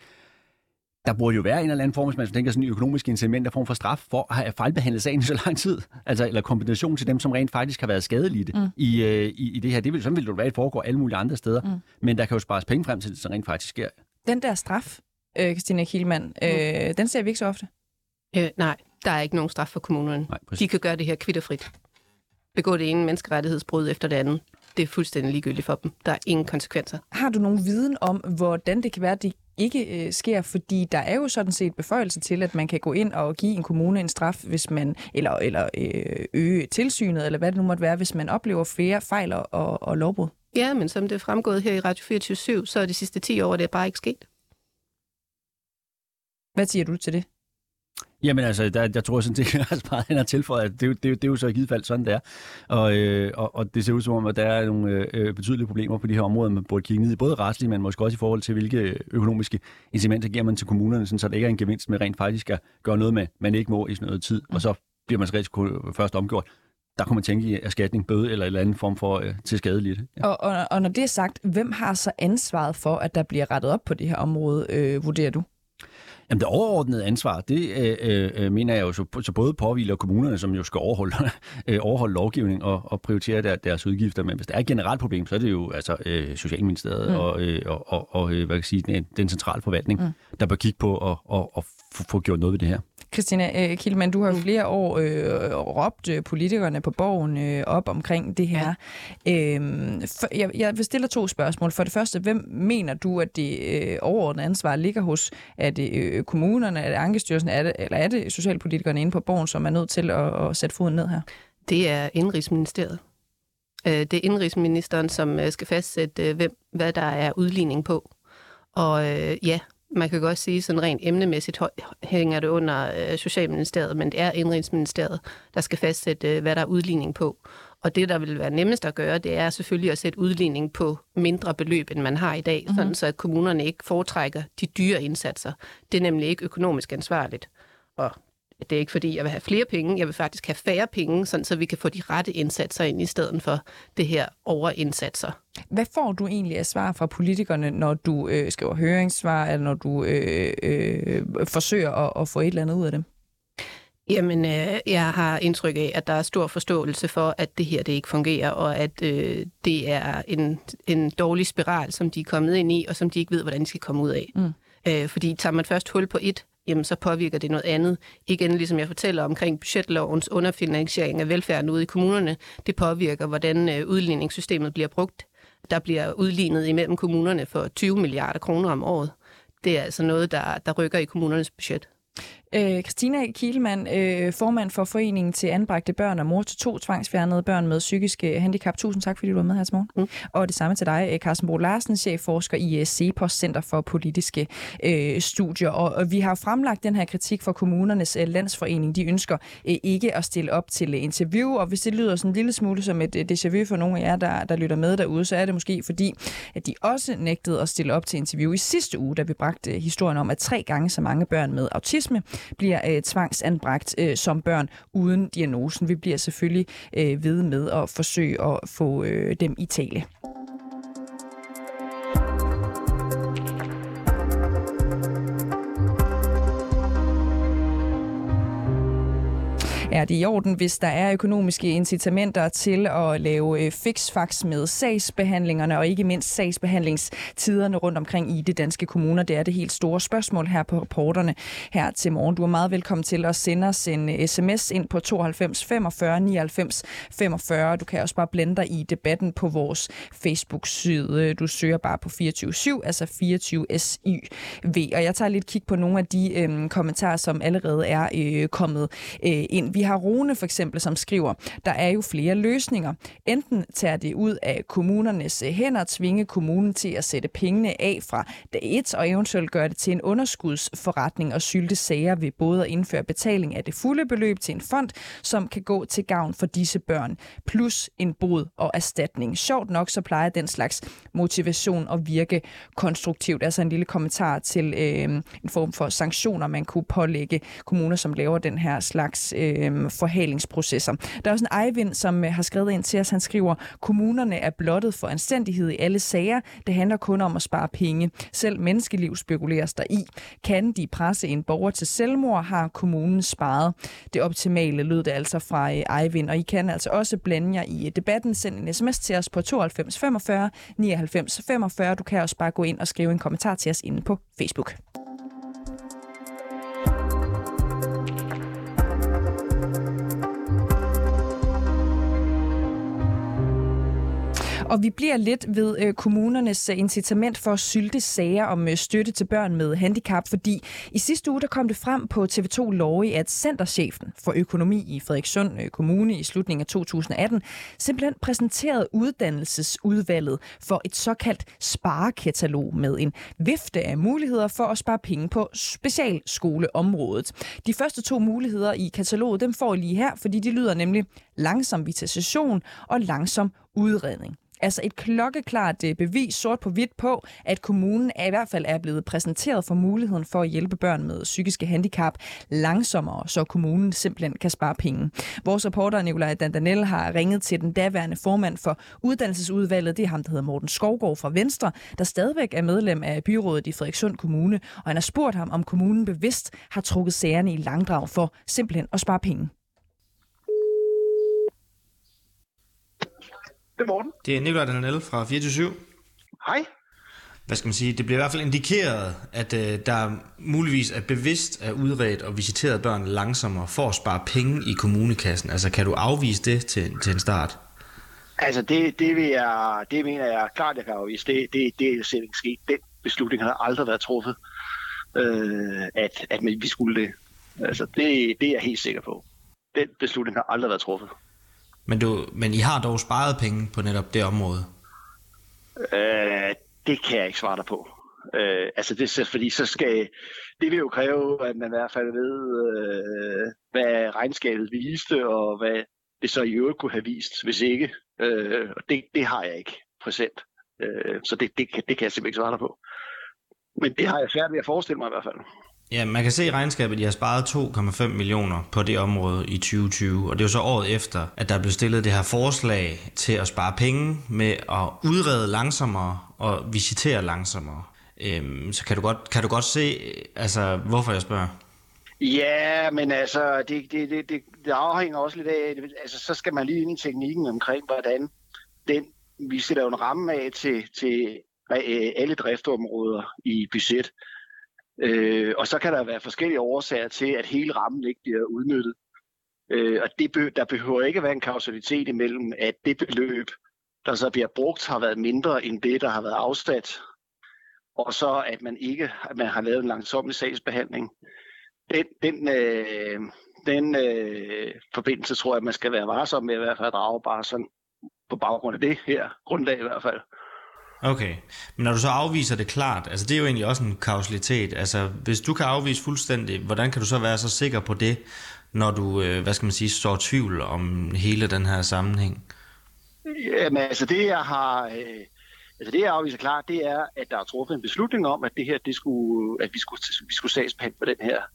Der burde jo være en eller anden form, hvis man tænker sådan en økonomisk incitament af form for straf for at have fejlbehandlet sagen i så lang tid. Altså, eller kompensation til dem, som rent faktisk har været skadelidte mm. i, øh, i, i det her. Det vil, sådan vil det jo være, at det foregår alle mulige andre steder. Mm. Men der kan jo spares penge frem til det, så rent faktisk sker. Den der straf, øh, Christina Kielmann, øh, mm. den ser vi ikke så ofte. Øh, nej, der er ikke nogen straf for kommunerne. Nej, de kan gøre det her kvitterfrit. Begå det ene menneskerettighedsbrud efter det andet. Det er fuldstændig ligegyldigt for dem. Der er ingen konsekvenser. Har du nogen viden om, hvordan det kan være, at det ikke øh, sker? Fordi der er jo sådan set beføjelse til, at man kan gå ind og give en kommune en straf, hvis man, eller, eller øh, øge tilsynet, eller hvad det nu måtte være, hvis man oplever flere fejl og, og lovbrud. Ja, men som det er fremgået her i Radio fireogtyve syv, så er de sidste ti år, det er bare ikke sket. Hvad siger du til det? Jamen altså, der, jeg tror sådan, det er altså meget, han har tilføjet, at det, det, det er jo så i givet fald sådan, det er. Og, øh, og, og det ser ud som om, at der er nogle øh, betydelige problemer på de her områder, man burde kigge ned i, både retsligt, men måske også i forhold til, hvilke økonomiske incitamenter giver man til kommunerne, sådan, så der ikke er en gevinst med rent faktisk at gøre noget med, man ikke må i sådan noget tid, mm. og så bliver man så rigtig først omgjort. Der kunne man tænke i erstatning, bøde eller en eller anden form for øh, til skadeligt. Ja. Og, og, og når det er sagt, hvem har så ansvaret for, at der bliver rettet op på det her område, øh, vurderer du? Jamen det overordnede ansvar, det øh, øh, mener jeg jo så, så både påhviler kommunerne, som jo skal overholde, øh, overholde lovgivning og, og prioritere der, deres udgifter. Men hvis der er et generelt problem, så er det jo altså øh, Socialministeriet mm. og, øh, og, og, og hvad kan jeg sige, den, den centrale forvaltning, mm. der bør kigge på og, og, og få gjort noget ved det her. Christina Kielmann, du har jo flere år øh, råbt politikerne på borgen øh, op omkring det her. Ja. Øhm, for, jeg, jeg vil stille to spørgsmål. For det første, hvem mener du, at det øh, overordnede ansvar ligger hos? Er det øh, kommunerne, er det Ankestyrelsen, er det, eller er det socialpolitikerne inde på borgen, som er nødt til at, at sætte foden ned her? Det er Indenrigsministeriet. Det er Indenrigsministeren, som skal fastsætte, hvem, hvad der er udligning på. Og øh, ja, man kan godt sige, sådan rent emnemæssigt hænger det under øh, Socialministeriet, men det er Indenrigsministeriet, der skal fastsætte, øh, hvad der er udligning på. Og det, der vil være nemmest at gøre, det er selvfølgelig at sætte udligning på mindre beløb, end man har i dag, mm-hmm. sådan så at kommunerne ikke foretrækker de dyre indsatser. Det er nemlig ikke økonomisk ansvarligt. Og det er ikke fordi, jeg vil have flere penge, jeg vil faktisk have færre penge, sådan så vi kan få de rette indsatser ind i stedet for det her overindsatser. Hvad får du egentlig af svar fra politikerne, når du øh, skriver høringssvar, eller når du øh, øh, forsøger at, at få et eller andet ud af dem? Jamen, øh, jeg har indtryk af, at der er stor forståelse for, at det her det ikke fungerer, og at øh, det er en, en dårlig spiral, som de er kommet ind i, og som de ikke ved, hvordan de skal komme ud af. Mm. Øh, fordi tager man først hul på et, jamen så påvirker det noget andet. Igen, ligesom jeg fortæller omkring budgetlovens underfinansiering af velfærden ude i kommunerne, det påvirker, hvordan øh, udligningssystemet bliver brugt. Der bliver udlignet imellem kommunerne for tyve milliarder kroner om året. Det er altså noget, der, der rykker i kommunernes budget. Øh, Christina Kielmann, øh, formand for Foreningen til Anbragte Børn og mor til to tvangsfjernede børn med psykiske handicap. Tusind tak, fordi du var med her til morgen. Mm. Og det samme til dig, Carsten Bo Larsen, chefforsker i CEPOS, Center for Politiske øh, Studier. Og, og vi har fremlagt den her kritik for kommunernes øh, landsforening. De ønsker øh, ikke at stille op til øh, interview, og hvis det lyder sådan en lille smule som et øh, déjà vu for nogle af jer, der, der lytter med derude, så er det måske fordi, at de også nægtede at stille op til interview i sidste uge, da vi bragte historien om, at tre gange så mange børn med autisme autisme, bliver øh, tvangsanbragt øh, som børn uden diagnosen. Vi bliver selvfølgelig øh, ved med at forsøge at få øh, dem i tale. Er det i orden, hvis der er økonomiske incitamenter til at lave fix-fax med sagsbehandlingerne og ikke mindst sagsbehandlingstiderne rundt omkring i de danske kommuner? Det er det helt store spørgsmål her på reporterne her til morgen. Du er meget velkommen til at sende os en sms ind på tooghalvfems femogfyrre nioghalvfems femogfyrre. Du kan også bare blande dig i debatten på vores Facebook-side. Du søger bare på fireogtyve syv, altså fireogtyve S Y V. Og jeg tager lidt kig på nogle af de øh, kommentarer, som allerede er øh, kommet øh, ind. Vi har Rune for eksempel, som skriver, der er jo flere løsninger. Enten tager det ud af kommunernes hænder, tvinge kommunen til at sætte pengene af fra dag et, og eventuelt gøre det til en underskudsforretning og sylte sager ved både at indføre betaling af det fulde beløb til en fond, som kan gå til gavn for disse børn, plus en bod og erstatning. Sjovt nok, så plejer den slags motivation at virke konstruktivt. Altså en lille kommentar til øh, en form for sanktioner, man kunne pålægge kommuner, som laver den her slags øh, forhalingsprocesser. Der er også en Eivind, som har skrevet ind til os. Han skriver, kommunerne er blottet for anstændighed i alle sager. Det handler kun om at spare penge. Selv menneskeliv spekuleres der i. Kan de presse en borger til selvmord, har kommunen sparet. Det optimale lød det altså fra Eivind, og I kan altså også blande jer i debatten. Send en sms til os på tooghalvfems femogfyrre nioghalvfems femogfyrre. Du kan også bare gå ind og skrive en kommentar til os inde på Facebook. Og vi bliver lidt ved øh, kommunernes incitament for at sylte sager om øh, støtte til børn med handicap, fordi i sidste uge der kom det frem på T V to Lorry, at centerchefen for økonomi i Frederikssund øh, Kommune i slutningen af to tusind atten simpelthen præsenterede uddannelsesudvalget for et såkaldt sparekatalog med en vifte af muligheder for at spare penge på specialskoleområdet. De første to muligheder i kataloget, dem får I lige her, fordi de lyder nemlig langsom visitation og langsom udredning. Altså et klokkeklart bevis sort på hvidt på, at kommunen er i hvert fald er blevet præsenteret for muligheden for at hjælpe børn med psykiske handicap langsommere, så kommunen simpelthen kan spare penge. Vores reporter Nikolaj Dandanel har ringet til den daværende formand for uddannelsesudvalget. Det er ham, der hedder Morten Skovgaard fra Venstre, der stadigvæk er medlem af byrådet i Frederikssund Kommune. Og han har spurgt ham, om kommunen bevidst har trukket sagerne i langdrag for simpelthen at spare penge. Det er Morten. Det er Nikolaj Dandanel fra fireogtyve syv. Hej. Hvad skal man sige? Det bliver i hvert fald indikeret, at øh, der muligvis er bevidst er udredt og visiteret børn langsommere for at spare penge i kommunekassen. Altså, kan du afvise det til, til en start? Altså, det, det, vil jeg, det mener jeg klart, jeg kan afvise. Det, det, det er slet ikke sket. Den beslutning har aldrig været truffet, øh, at, at vi skulle det. Altså, det, det er jeg helt sikker på. Den beslutning har aldrig været truffet. Men, du, men I har dog sparet penge på netop det område? Øh, det kan jeg ikke svare dig på. Øh, altså det er fordi så skal det vil jo kræve, at man i hvert fald ved, øh, hvad regnskabet viste, og hvad det så i øvrigt kunne have vist, hvis ikke. Øh, og det, det har jeg ikke præsent. Øh, så det, det, det kan jeg simpelthen ikke svare dig på. Men det har jeg svært ved at forestille mig i hvert fald. Ja, man kan se i regnskabet, at de har sparet to komma fem millioner på det område i tyve tyve, og det er jo så året efter, at der blev stillet det her forslag til at spare penge med at udrede langsommere og visitere langsommere. Øhm, så kan du, godt, kan du godt se, altså, hvorfor jeg spørger? Ja, men altså, det, det, det, det, det afhænger også lidt af, altså, så skal man lige ind i teknikken omkring, hvordan den, vi sætter jo en ramme af til, til alle driftområder i budget. Øh, og så kan der være forskellige årsager til, at hele rammen ikke bliver udnyttet. Øh, og det be- der behøver ikke at være en kausalitet imellem, at det beløb, der så bliver brugt, har været mindre end det, der har været afsat. Og så at man ikke at man har lavet en langsommelig sagsbehandling. Den, den, øh, den øh, forbindelse tror jeg, at man skal være varsom med i hvert fald at drage bare sådan på baggrund af det her grundlag i hvert fald. Okay, men når du så afviser det klart, altså det er jo egentlig også en kausalitet, altså hvis du kan afvise fuldstændig, hvordan kan du så være så sikker på det, når du, hvad skal man sige, står i tvivl om hele den her sammenhæng? Jamen altså det jeg har, øh, altså det jeg afviser klart, det er, at der er truffet en beslutning om, at det her, det skulle, at vi skulle, vi skulle sagsbehandle på den her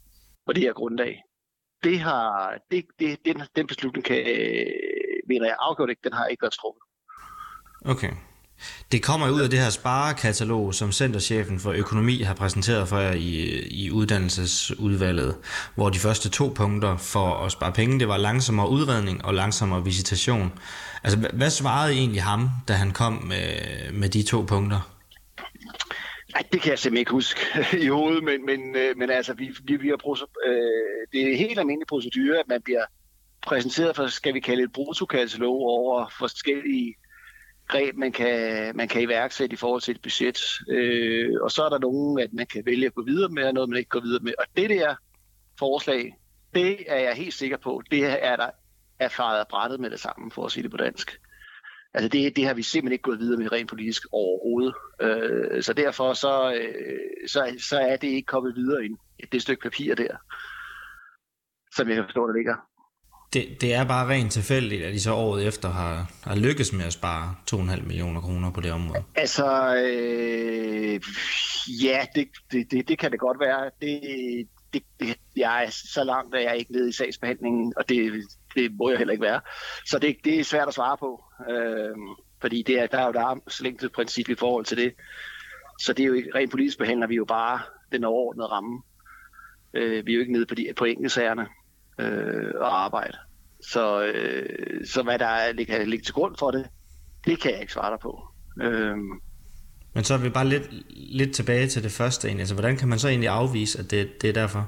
på det her grundlag. Det har, det, det, den, den beslutning kan, mener jeg afgjort ikke, den har ikke været truffet. Okay. Det kommer ud af det her sparekatalog, som centerchefen for økonomi har præsenteret for jer i, i uddannelsesudvalget, hvor de første to punkter for at spare penge, det var langsommere udredning og langsommere visitation. Altså, hvad svarede I egentlig ham, da han kom med, med de to punkter? Nej, det kan jeg simpelthen ikke huske i hovedet, men, men, men altså, vi, vi, vi har øh, det er helt almindelig procedure, at man bliver præsenteret for, skal vi kalde et brutokatalog over forskellige greb, man kan, man kan iværksætte i forhold til et budget. Øh, og så er der nogen, at man kan vælge at gå videre med, og noget, man ikke går videre med. Og det der forslag, det er jeg helt sikker på, det er der erfaret og brættet med det samme, for at sige det på dansk. Altså det, det har vi simpelthen ikke gået videre med rent politisk overhovedet. Øh, så derfor så, øh, så, så er det ikke kommet videre ind i det stykke papir der, som jeg kan forstå, der ligger. Det, det er bare rent tilfældigt, at I så året efter har, har lykkes med at spare to komma fem millioner kroner på det område. Altså, øh, ja, det, det, det, det kan det godt være. Det, det, det, jeg er så langt, at jeg er ikke nede i sagsbehandlingen, og det, det må jeg heller ikke være. Så det, det er svært at svare på, øh, fordi det er, der er jo der armslængdeprincip i forhold til det. Så det er jo ikke rent politisk behandler vi jo bare den overordnede ramme. Øh, vi er jo ikke nede på, de, på enkeltsagerne øh, og arbejde. Så, øh, så hvad der ligger, ligger til grund for det, det kan jeg ikke svare dig på. Øh, Men så er vi bare lidt, lidt tilbage til det første egentlig. Altså, hvordan kan man så egentlig afvise, at det, det er derfor?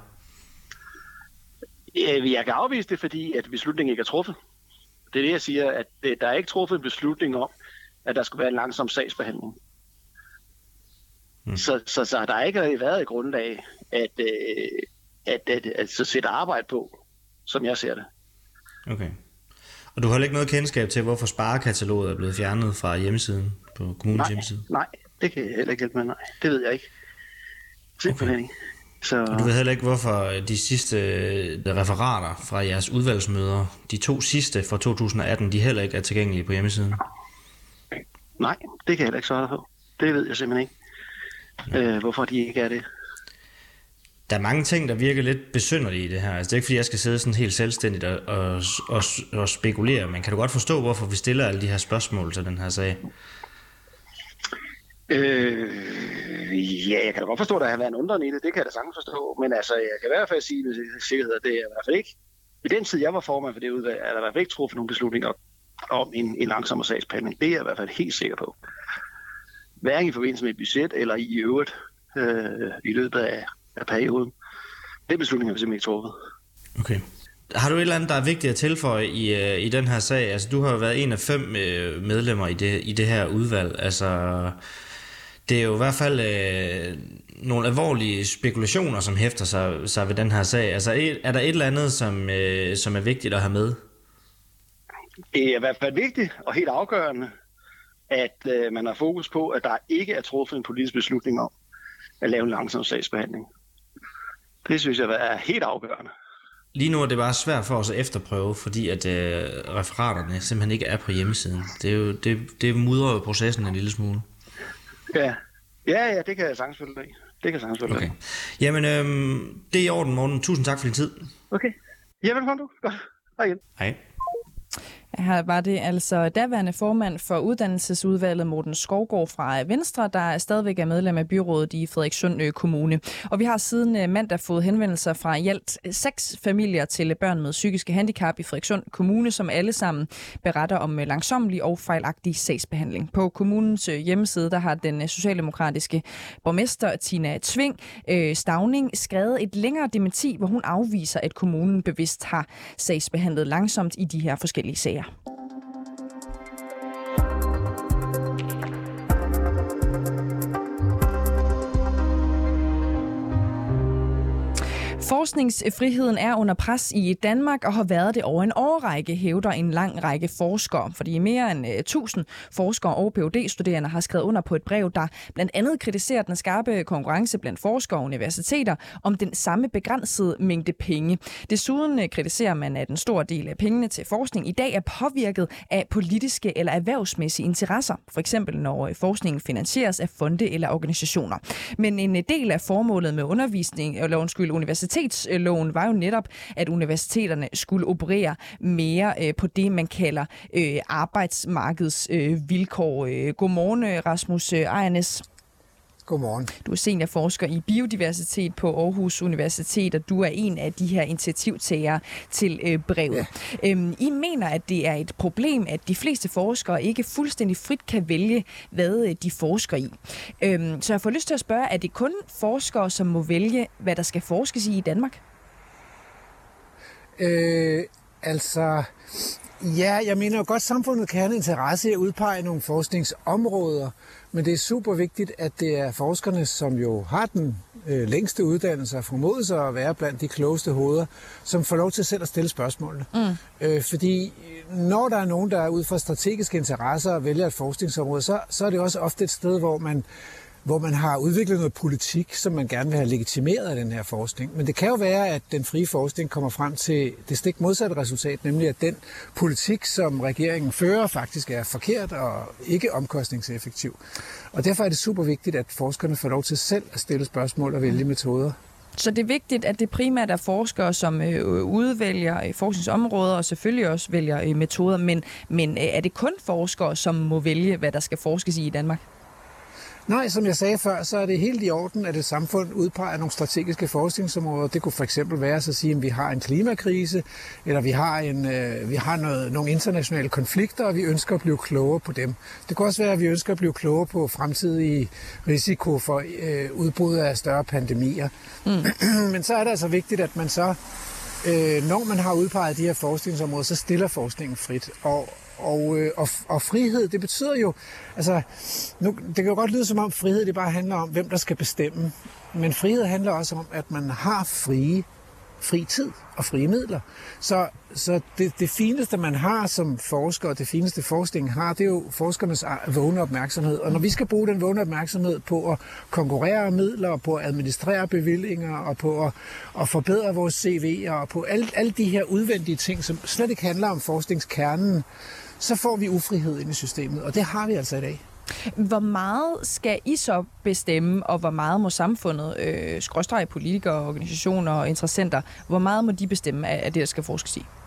Jeg kan afvise det, fordi at beslutningen ikke er truffet. Det er det, jeg siger, at der er ikke truffet en beslutning om, at der skulle være en langsom sagsbehandling. Hmm. Så, så, så der har ikke været et grundlag at, at, at, at, at så sætte arbejde på, som jeg ser det. Okay. Og du har ikke noget kendskab til, hvorfor sparekataloget er blevet fjernet fra hjemmesiden, på kommunens nej, hjemmeside? Nej, det kan jeg heller ikke hjælpe med, nej. Det ved jeg ikke. Simpelthen ikke. Så... Og du ved heller ikke, hvorfor de sidste referater fra jeres udvalgsmøder, de to sidste fra to tusind og atten, de heller ikke er tilgængelige på hjemmesiden? Nej, det kan jeg heller ikke svare på. Det ved jeg simpelthen ikke, ja. øh, hvorfor de ikke er det. Der er mange ting, der virker lidt besynderlige i det her. Altså, det er ikke, fordi jeg skal sidde sådan helt selvstændigt og, og, og, og spekulere, men kan du godt forstå, hvorfor vi stiller alle de her spørgsmål til den her sag? Øh, ja, jeg kan da godt forstå, at der har været en undren i det. Det kan jeg da sagtens forstå. Men altså, jeg kan i hvert fald sige med sikkerhed, at det er i hvert fald ikke. I den tid, jeg var formand for det udvalg, er der i hvert fald ikke truffet nogle beslutninger om en, en langsommere sagsbehandling. Det er jeg i hvert fald helt sikker på. Hverken i forbindelse med et budget eller i øvrigt øh, i løbet af, af perioden. Den beslutning har vi simpelthen ikke truffet. Okay. Har du et eller andet, der er vigtigt at tilføje i, i den her sag? Altså, du har jo været en af fem medlemmer i det, i det her udvalg. Altså, det er jo i hvert fald øh, nogle alvorlige spekulationer, som hæfter sig, sig ved den her sag. Altså, er der et eller andet, som, øh, som er vigtigt at have med? Det er i hvert fald vigtigt og helt afgørende, at øh, man har fokus på, at der ikke er truffet en politisk beslutning om at lave en langsom sagsbehandling. Det synes jeg er helt afgørende. Lige nu er det bare svært for os at efterprøve, fordi at øh, referaterne simpelthen ikke er på hjemmesiden. Det, er jo, det, det mudrer jo processen en lille smule. Ja, ja, ja det kan jeg sagtens følge dig. Det kan jeg sagtens følge dig. Okay. Jamen, øhm, det er i orden, Morten. Tusind tak for din tid. Okay. Ja, velkommen du. Godt. Hej igen. Hej. Her var det altså daværende formand for uddannelsesudvalget, Morten Skovgaard fra Venstre, der stadigvæk er medlem af byrådet i Frederikssund Kommune. Og vi har siden mandag fået henvendelser fra i alt seks familier til børn med psykiske handicap i Frederikssund Kommune, som alle sammen beretter om langsommelig og fejlagtig sagsbehandling. På kommunens hjemmeside, der har den socialdemokratiske borgmester Tina Tving øh, Stavning skrevet et længere dementi, hvor hun afviser, at kommunen bevidst har sagsbehandlet langsomt i de her forskellige sager. Forskningsfriheden er under pres i Danmark og har været det over en årrække, hævder en lang række forskere. Fordi mere end tusind forskere og P H D-studerende har skrevet under på et brev, der blandt andet kritiserer den skarpe konkurrence blandt forskere og universiteter om den samme begrænsede mængde penge. Desuden kritiserer man, at en stor del af pengene til forskning i dag er påvirket af politiske eller erhvervsmæssige interesser. For eksempel når forskningen finansieres af fonde eller organisationer. Men en del af formålet med undervisning eller undskyld universitet universitetsloven var jo netop, at universiteterne skulle operere mere øh, på det, man kalder øh, arbejdsmarkedsvilkår. Øh, Godmorgen, Rasmus Ejernes. Godmorgen. Du er seniorforsker i biodiversitet på Aarhus Universitet, og du er en af de her initiativtagere til øh, brevet. Ja. Øhm, I mener, at det er et problem, at de fleste forskere ikke fuldstændig frit kan vælge, hvad de forsker i. Øhm, så jeg får lyst til at spørge, er det kun forskere, som må vælge, hvad der skal forskes i i Danmark? Øh, altså... Ja, jeg mener jo godt, at samfundet kan have en interesse i at udpege nogle forskningsområder, men det er super vigtigt, at det er forskerne, som jo har den øh, længste uddannelse og formodet sig at være blandt de klogeste hoveder, som får lov til selv at stille spørgsmålene. Mm. Øh, fordi når der er nogen, der er ud fra strategiske interesser og vælger et forskningsområde, så, så er det også ofte et sted, hvor man hvor man har udviklet noget politik, som man gerne vil have legitimeret af den her forskning. Men det kan jo være, at den frie forskning kommer frem til det stik modsatte resultat, nemlig at den politik, som regeringen fører, faktisk er forkert og ikke omkostningseffektiv. Og derfor er det super vigtigt, at forskerne får lov til selv at stille spørgsmål og vælge metoder. Så det er vigtigt, at det primært er forskere, som øh, udvælger øh, forskningsområder og selvfølgelig også vælger øh, metoder, men, men øh, er det kun forskere, som må vælge, hvad der skal forskes i i Danmark? Nej, som jeg sagde før, så er det helt i orden, at et samfund udpeger nogle strategiske forskningsområder. Det kunne for eksempel være så at sige, at vi har en klimakrise, eller vi har, en, øh, vi har noget, nogle internationale konflikter, og vi ønsker at blive klogere på dem. Det kan også være, at vi ønsker at blive klogere på fremtidige risiko for øh, udbrud af større pandemier. Mm. Men så er det altså vigtigt, at man så, øh, når man har udpeget de her forskningsområder, så stiller forskningen frit. Og Og, øh, og, og frihed, det betyder jo, altså, nu, det kan jo godt lyde som om frihed, det bare handler om, hvem der skal bestemme. Men frihed handler også om, at man har frie, fri tid og frie midler. Så, så det, det fineste, man har som forsker, og det fineste forskningen har, det er jo forskernes vågne opmærksomhed. Og når vi skal bruge den vågne opmærksomhed på at konkurrere midler, og på at administrere bevillinger, og på at, at forbedre vores C V'er, og på alle, alle de her udvendige ting, som slet ikke handler om forskningskernen, så får vi ufrihed inde i systemet, og det har vi altså i dag. Hvor meget skal I så bestemme, og hvor meget må samfundet, øh, skråstreg politikere, organisationer og interessenter, hvor meget må de bestemme af det, der skal forskes i?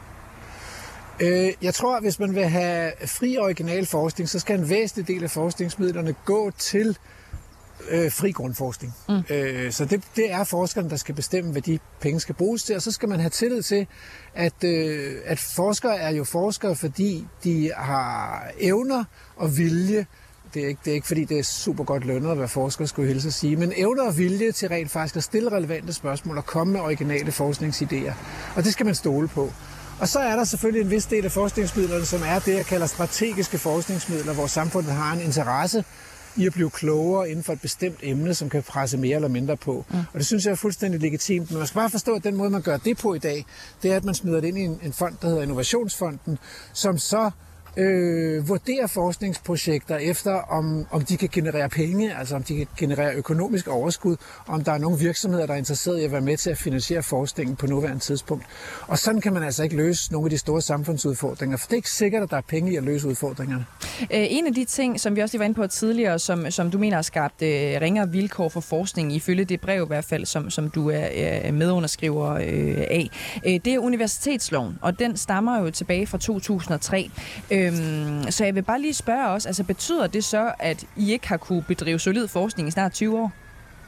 Øh, jeg tror, at hvis man vil have fri original forskning, så skal en væsentlig del af forskningsmidlerne gå til øh, fri grundforskning. Mm. Øh, så det, det er forskerne, der skal bestemme, hvad de penge skal bruges til, og så skal man have tillid til, at, øh, at forskere er jo forskere, fordi de har evner og vilje. Det er ikke, det er ikke fordi, det er super godt lønnet at være forsker, skulle jeg hilse at sige, men evner og vilje til rent faktisk at stille relevante spørgsmål og komme med originale forskningsidéer. Og det skal man stole på. Og så er der selvfølgelig en vis del af forskningsmidlerne, som er det, jeg kalder strategiske forskningsmidler, hvor samfundet har en interesse i at blive klogere inden for et bestemt emne, som kan presse mere eller mindre på. Mm. Og det synes jeg er fuldstændig legitimt. Men man skal bare forstå, at den måde, man gør det på i dag, det er, at man smider det ind i en, en fond, der hedder Innovationsfonden, som så øh, vurderer forskningsprojekter efter, om, om de kan generere penge, altså om de kan generere økonomisk overskud, om der er nogle virksomheder, der er interesseret i at være med til at finansiere forskningen på nuværende tidspunkt. Og sådan kan man altså ikke løse nogle af de store samfundsudfordringer, for det er ikke sikkert, at der er penge i at løse udfordringerne. En af de ting, som vi også lige var inde på tidligere, som, som du mener har skabt øh, ringere vilkår for forskning, ifølge det brev i hvert fald, som, som du er, er medunderskriver øh, af, øh, det er universitetsloven, og den stammer jo tilbage fra to tusind og tre. Øhm, så jeg vil bare lige spørge os, altså betyder det så, at I ikke har kunne bedrive solid forskning i snart tyve år?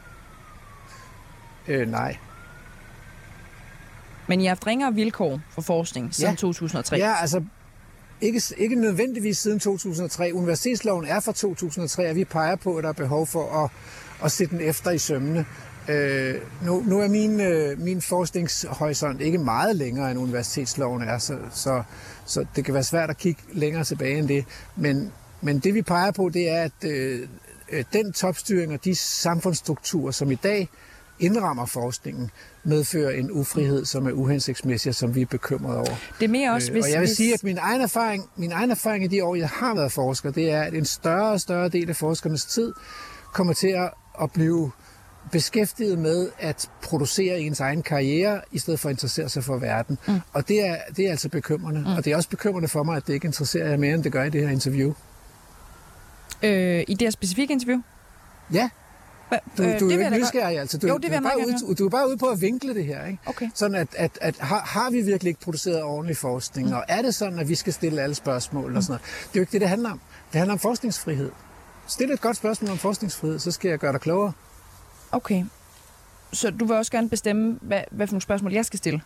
Øh, nej. Men I har haft ringere vilkår for forskning siden ja. to tusind og tre? Ja, altså ikke, ikke nødvendigvis siden to tusind og tre. Universitetsloven er fra to tusind og tre, og vi peger på, at der er behov for at, at sætte den efter i sømmene. Øh, nu, nu er min, øh, min forskningshorisont ikke meget længere, end universitetsloven er, så, så, så det kan være svært at kigge længere tilbage end det. Men, men det vi peger på, det er, at øh, den topstyring og de samfundsstrukturer, som i dag indrammer forskningen, medfører en ufrihed, som er uhensigtsmæssig, som vi er bekymrede over. Det er mere også, hvis, og jeg vil hvis... sige, at min egen, erfaring, min egen erfaring i de år, jeg har været forsker, det er, at en større og større del af forskernes tid kommer til at, at blive beskæftiget med at producere ens egen karriere, i stedet for at interessere sig for verden. Mm. Og det er, det er altså bekymrende. Mm. Og det er også bekymrende for mig, at det ikke interesserer jer mere, end det gør i det her interview. Øh, I det her specifikke interview? Ja. Du, du er jo ikke nysgerrig, altså. Du, jo, det du, er bare ude, du er bare ude på at vinkle det her, ikke? Okay. Sådan at, at, at har, har vi virkelig ikke produceret ordentlig forskning, mm. og er det sådan, at vi skal stille alle spørgsmål mm. og sådan noget? Det er jo ikke det, det handler om. Det handler om forskningsfrihed. Stil et godt spørgsmål om forskningsfrihed, så skal jeg gøre dig klogere. Okay. Så du vil også gerne bestemme, hvad, hvad for nogle spørgsmål jeg skal stille?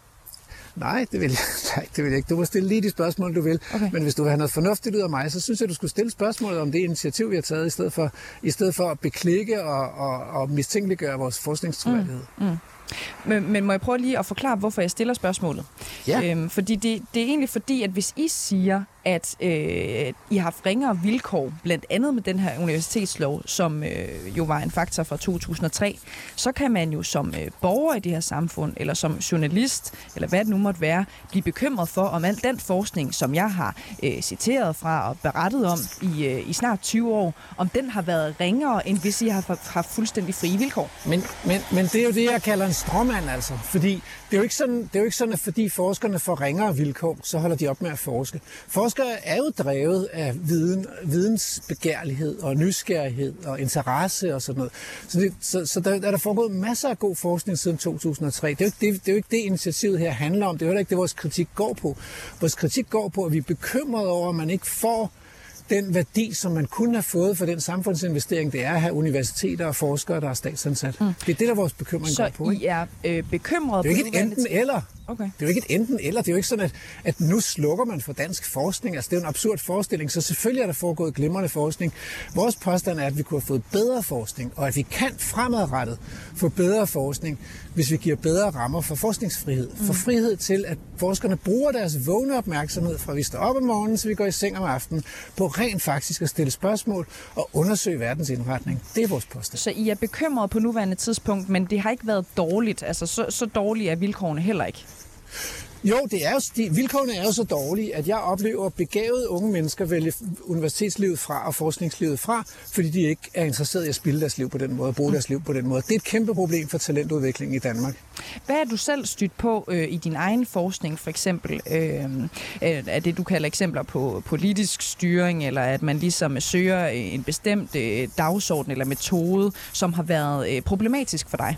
Nej, det vil jeg, nej, det vil jeg ikke. Du må stille lige de spørgsmål, du vil. Okay. Men hvis du vil have noget fornuftigt ud af mig, så synes jeg, du skulle stille spørgsmålet om det initiativ, vi har taget, i stedet for, i stedet for at beklikke og, og, og mistænkeliggøre vores forskningstroværdighed. Mm, mm. Men, men må jeg prøve lige at forklare, hvorfor jeg stiller spørgsmålet? Ja. Øhm, fordi det, det er egentlig fordi, at hvis I siger, at øh, I har haft ringere vilkår, blandt andet med den her universitetslov, som øh, jo var en faktor fra to tusind og tre, så kan man jo som øh, borger i det her samfund, eller som journalist, eller hvad det nu måtte være, blive bekymret for, om al den forskning, som jeg har øh, citeret fra og berettet om i, øh, i snart tyve år, om den har været ringere, end hvis I har haft fuldstændig frie vilkår. Men, men, men det er jo det, jeg kalder en stråmand, altså. Fordi det er jo ikke sådan, det er jo ikke sådan, at fordi forskerne får ringere vilkår, så holder de op med at forske. Forskere er jo drevet af viden, vidensbegærlighed og nysgerrighed og interesse og sådan noget. Så, det, så, så der, der er der foregået masser af god forskning siden to tusind og tre. Det er, jo ikke det, det er jo ikke det, initiativet her handler om. Det er jo heller ikke det, vores kritik går på. Vores kritik går på, at vi er bekymrede over, at man ikke får den værdi, som man kunne have fået for den samfundsinvestering, det er at have universiteter og forskere, der er statsansat. Mm. Det er det, der vores bekymring så går på. Ikke? Så I er øh, bekymrede på... Det er jo ikke et enten eller. Okay. Det er jo ikke et enten eller. Det er jo ikke sådan, at, at nu slukker man for dansk forskning. Altså, det er jo en absurd forestilling, så selvfølgelig er der foregået glimrende forskning. Vores påstand er, at vi kunne have fået bedre forskning, og at vi kan fremadrettet få bedre forskning, hvis vi giver bedre rammer for forskningsfrihed. Mm. For frihed til, at forskerne bruger deres vågne opmærksomhed, fra vi står op om morgenen, så vi går i seng om aftenen, på rent faktisk at stille spørgsmål og undersøge verdens indretning. Det er vores påstand. Så I er bekymrede på nuværende tidspunkt, men det har ikke været dårligt. Altså, så, så dårlige er vilkårene heller ikke. Jo, det er jo, de, vilkårene er jo så dårlige, at jeg oplever begavede unge mennesker vælge universitetslivet fra og forskningslivet fra, fordi de ikke er interesseret i at spilde deres liv på den måde, bruge deres liv på den måde. Det er et kæmpe problem for talentudviklingen i Danmark. Hvad er du selv stødt på øh, i din egen forskning, for eksempel? Øh, er det, du kalder eksempler på politisk styring, eller at man ligesom søger en bestemt øh, dagsorden eller metode, som har været øh, problematisk for dig?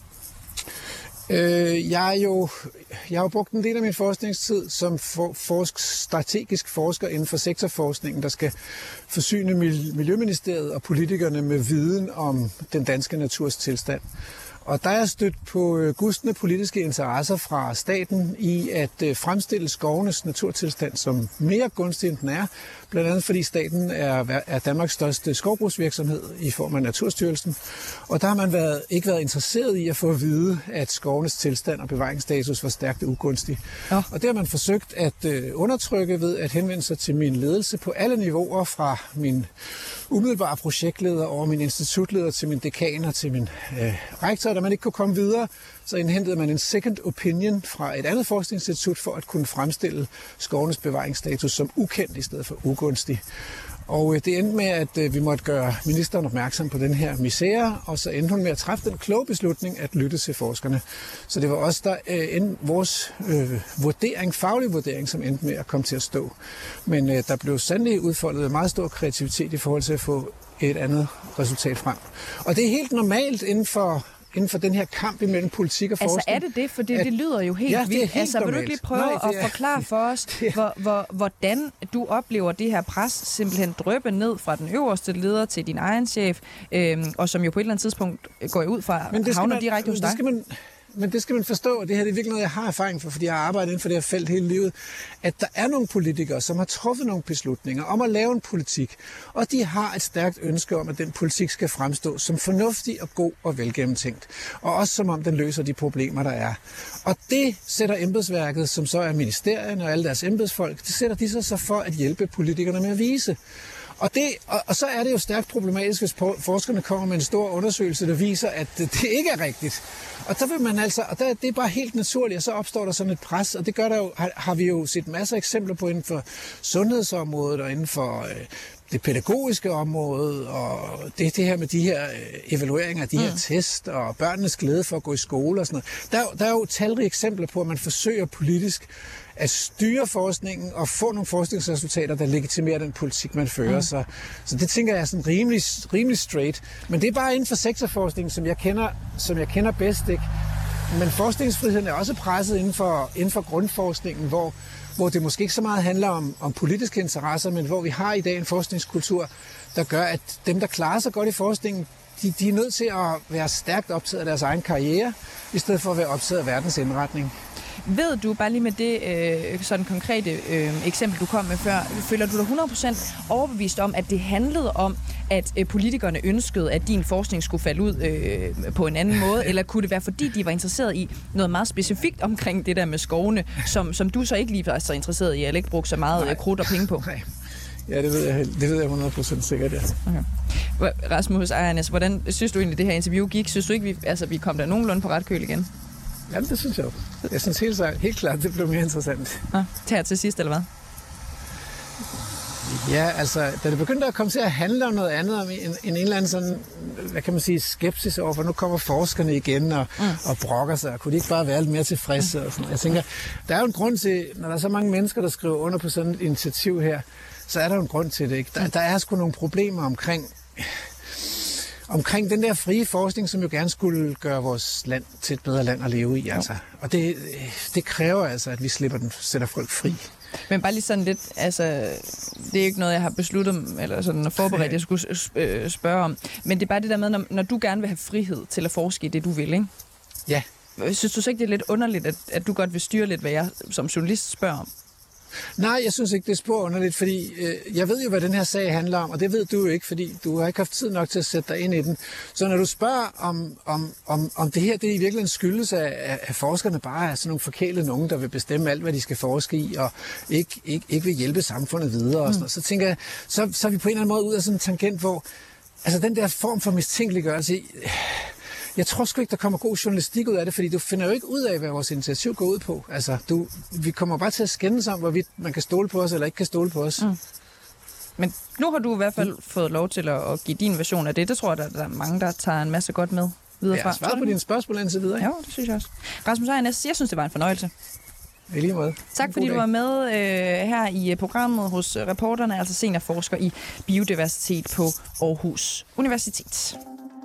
Øh, jeg, er jo, jeg har jo brugt en del af min forskningstid som for, forsk, strategisk forsker inden for sektorforskningen, der skal forsyne Miljøministeriet og politikerne med viden om den danske naturs tilstand. Og der er stødt på gustne politiske interesser fra staten i at fremstille skovenes naturtilstand som mere gunstig, end den er. Blandt andet fordi staten er, er Danmarks største skovbrugsvirksomhed i form af Naturstyrelsen. Og der har man været, ikke været interesseret i at få at vide, at skovenes tilstand og bevaringsstatus var stærkt ugunstig. Ja. Og det har man forsøgt at undertrykke ved at henvende sig til min ledelse på alle niveauer, fra min umiddelbare projektleder over min institutleder til min dekan og til min øh, rektor. Da man ikke kunne komme videre, så indhentede man en second opinion fra et andet forskningsinstitut for at kunne fremstille skovenes bevaringsstatus som ukendt i stedet for ugunstig. Og øh, det endte med, at øh, vi måtte gøre ministeren opmærksom på den her misære, og så endte hun med at træffe den kloge beslutning at lytte til forskerne. Så det var også der øh, endte vores øh, vurdering, faglig vurdering, som endte med at komme til at stå. Men øh, der blev sandelig udfoldet meget stor kreativitet i forhold til at få et andet resultat frem. Og det er helt normalt inden for inden for den her kamp imellem politik og forskning. Altså er det det? For det, at, det lyder jo helt ja, vildt. Altså normalt. Vil du ikke lige prøve Nej, er, at forklare for os, hvor, hvor, hvordan du oplever det her pres simpelthen dryppe ned fra den øverste leder til din egen chef, øhm, og som jo på et eller andet tidspunkt går ud fra havner man, direkte hos dig? Det skal man, men det skal man forstå, og det her det er virkelig noget, jeg har erfaring for, fordi jeg har arbejdet inden for det her felt hele livet, at der er nogle politikere, som har truffet nogle beslutninger om at lave en politik, og de har et stærkt ønske om, at den politik skal fremstå som fornuftig og god og velgennemtænkt, og også som om den løser de problemer, der er. Og det sætter embedsværket, som så er ministerierne og alle deres embedsfolk, det sætter de sig så for at hjælpe politikerne med at vise. Og, det, og, og så er det jo stærkt problematisk, hvis forskerne kommer med en stor undersøgelse, der viser, at det ikke er rigtigt. Og der vil man altså, og der, det er bare helt naturligt, og så opstår der sådan et pres, og det gør der jo, har, har vi jo set masser af eksempler på inden for sundhedsområdet og inden for øh, det pædagogiske område, og det, det her med de her øh, evalueringer, de mm. her test, og børnenes glæde for at gå i skole og sådan noget. Der, der er jo talrige eksempler på, at man forsøger politisk at styre forskningen og få nogle forskningsresultater, der legitimerer den politik, man fører. Mm. Så, så det tænker jeg er sådan rimelig, rimelig straight. Men det er bare inden for sektorforskningen, som jeg kender, som jeg kender bedst, ikke? Men forskningsfriheden er også presset inden for, inden for grundforskningen, hvor, hvor det måske ikke så meget handler om, om politiske interesser, men hvor vi har i dag en forskningskultur, der gør, at dem, der klarer sig godt i forskningen, de, de er nødt til at være stærkt optaget af deres egen karriere, i stedet for at være optaget af verdens indretning. Ved du, bare lige med det øh, sådan konkrete øh, eksempel, du kom med før, føler du dig hundrede procent overbevist om, at det handlede om, at øh, politikerne ønskede, at din forskning skulle falde ud øh, på en anden måde, eller kunne det være, fordi de var interesseret i noget meget specifikt omkring det der med skovene, som, som du så ikke lige var så interesseret i, eller ikke brugte så meget øh, krudt og penge på? Nej. Ja, det ved jeg, det ved jeg hundrede procent sikkert, ja. Okay. Rasmus Ejernes, hvordan synes du egentlig, det her interview gik? Synes du ikke, vi, altså, vi kom der nogenlunde på ret køl igen? Jamen, det synes jeg jo. Jeg synes helt, helt klart, det blev mere interessant. Ah, til til sidst, eller hvad? Ja, altså, da det begyndte at komme til at handle om noget andet, om en, en eller anden sådan, hvad kan man sige, skepsis over, for nu kommer forskerne igen og, mm. og brokker sig, og kunne de ikke bare være lidt mere tilfredse? Mm. Og sådan. Jeg tænker, der er jo en grund til, når der er så mange mennesker, der skriver under på sådan et initiativ her, så er der jo en grund til det, ikke? Der, der er sgu nogle problemer omkring... omkring den der frie forskning, som jo gerne skulle gøre vores land til et bedre land at leve i. Altså. Og det, det kræver altså, at vi slipper den, sætter folk fri. Men bare lige sådan lidt, altså, det er ikke noget, jeg har besluttet, eller sådan forberedt, jeg skulle spørge om. Men det er bare det der med, når, når du gerne vil have frihed til at forske i det, du vil, ikke? Ja. Synes du så ikke, det er lidt underligt, at, at du godt vil styre lidt, hvad jeg som journalist spørger om? Nej, jeg synes ikke, det er spor underligt, fordi øh, jeg ved jo, hvad den her sag handler om, og det ved du jo ikke, fordi du har ikke haft tid nok til at sætte dig ind i den. Så når du spørger, om, om, om, om det her det i virkeligheden skyldes, af, at forskerne bare er sådan nogle forkælede nogen, der vil bestemme alt, hvad de skal forske i, og ikke, ikke, ikke vil hjælpe samfundet videre, og sådan, mm. så tænker jeg, så, så er vi på en eller anden måde ud af sådan en tangent, hvor altså den der form for mistænkeliggørelse, jeg tror sgu ikke, der kommer god journalistik ud af det, fordi du finder jo ikke ud af, hvad vores initiativ går ud på. Altså, du, vi kommer bare til at skændes om, hvorvidt man kan stole på os, eller ikke kan stole på os. Mm. Men nu har du i hvert fald mm. fået lov til at, at give din version af det. Det tror jeg, der, der er mange, der tager en masse godt med videre fra. Ja, svar på dine spørgsmål indtil videre. Ja, det synes jeg også. Rasmus Ejernes, jeg synes, det var en fornøjelse. I lige måde. Tak fordi du var med øh, her i programmet hos reporterne, altså seniorforsker i biodiversitet på Aarhus Universitet.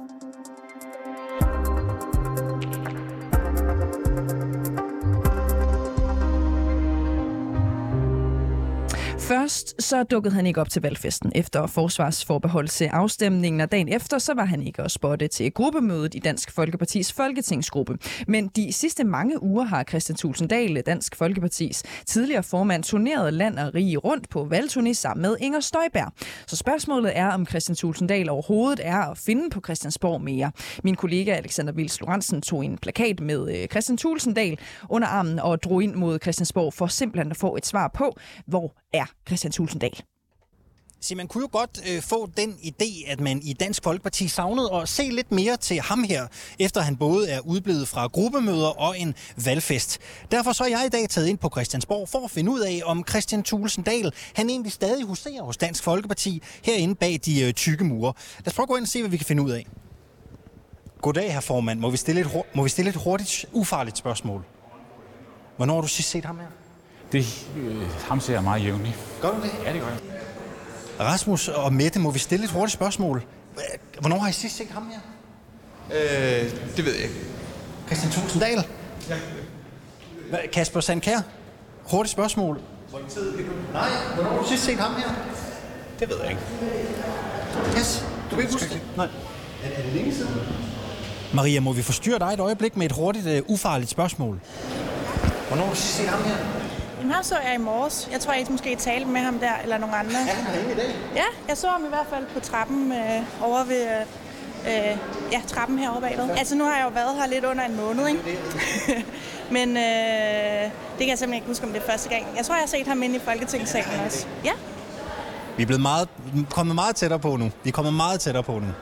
Først så dukkede han ikke op til valgfesten efter forsvarsforbehold til afstemningen, og dagen efter så var han ikke at spotte til gruppemødet i Dansk Folkepartis folketingsgruppe. Men de sidste mange uger har Kristian Thulesen Dahl, Dansk Folkepartis tidligere formand, turneret land og rige rundt på valgturné sammen med Inger Støjberg. Så spørgsmålet er, om Kristian Thulesen Dahl overhovedet er at finde på Christiansborg mere. Min kollega Alexander Vils Lorentzen tog en plakat med Kristian Thulesen Dahl under armen og drog ind mod Christiansborg for simpelthen at få et svar på, hvor er Kristian Thulesen Dahl. Så man kunne jo godt øh, få den idé, at man i Dansk Folkeparti savnede at se lidt mere til ham her, efter han både er udblevet fra gruppemøder og en valgfest. Derfor så er jeg i dag taget ind på Christiansborg for at finde ud af, om Kristian Thulesen Dahl, han egentlig stadig huserer hos Dansk Folkeparti herinde bag de øh, tykke mure. Lad os prøve at gå ind og se, hvad vi kan finde ud af. Goddag, herr formand. Må vi stille et, må vi stille et hurtigt, ufarligt spørgsmål? Hvornår har du sidst set ham her? Det, øh, ham ser jeg meget jævnligt. Gør du det? Ja, det gør jeg. Rasmus og Mette, må vi stille et hurtigt spørgsmål? Hvornår har I sidst set ham her? Øh, det ved jeg ikke. Kristian Thulesen Dahl? Ja. Kasper Sandkjær? Hurtigt spørgsmål. Hvor lang tid? Nej, hvornår har du sidst set ham her? Det ved jeg ikke. Yes, du kan ikke huske det? Nej. Er det længe siden? Maria, må vi forstyrre dig et øjeblik med et hurtigt, uh, ufarligt spørgsmål? Hvornår har du sidst set ham her? Jamen, ham så jeg i morges. Jeg tror, jeg måske talte med ham der, eller nogle andre. Er han herinde i dag? Ja, jeg så ham i hvert fald på trappen øh, over ved... Øh, ja, trappen herovre bagved. Altså, nu har jeg jo været her lidt under en måned, ikke? Men øh, det kan jeg simpelthen ikke huske, om det er første gang. Jeg tror, jeg har set ham inde i Folketingssalen også. Ja. Vi er blevet meget, kommet meget tættere på nu. Vi er kommet meget tættere på nu.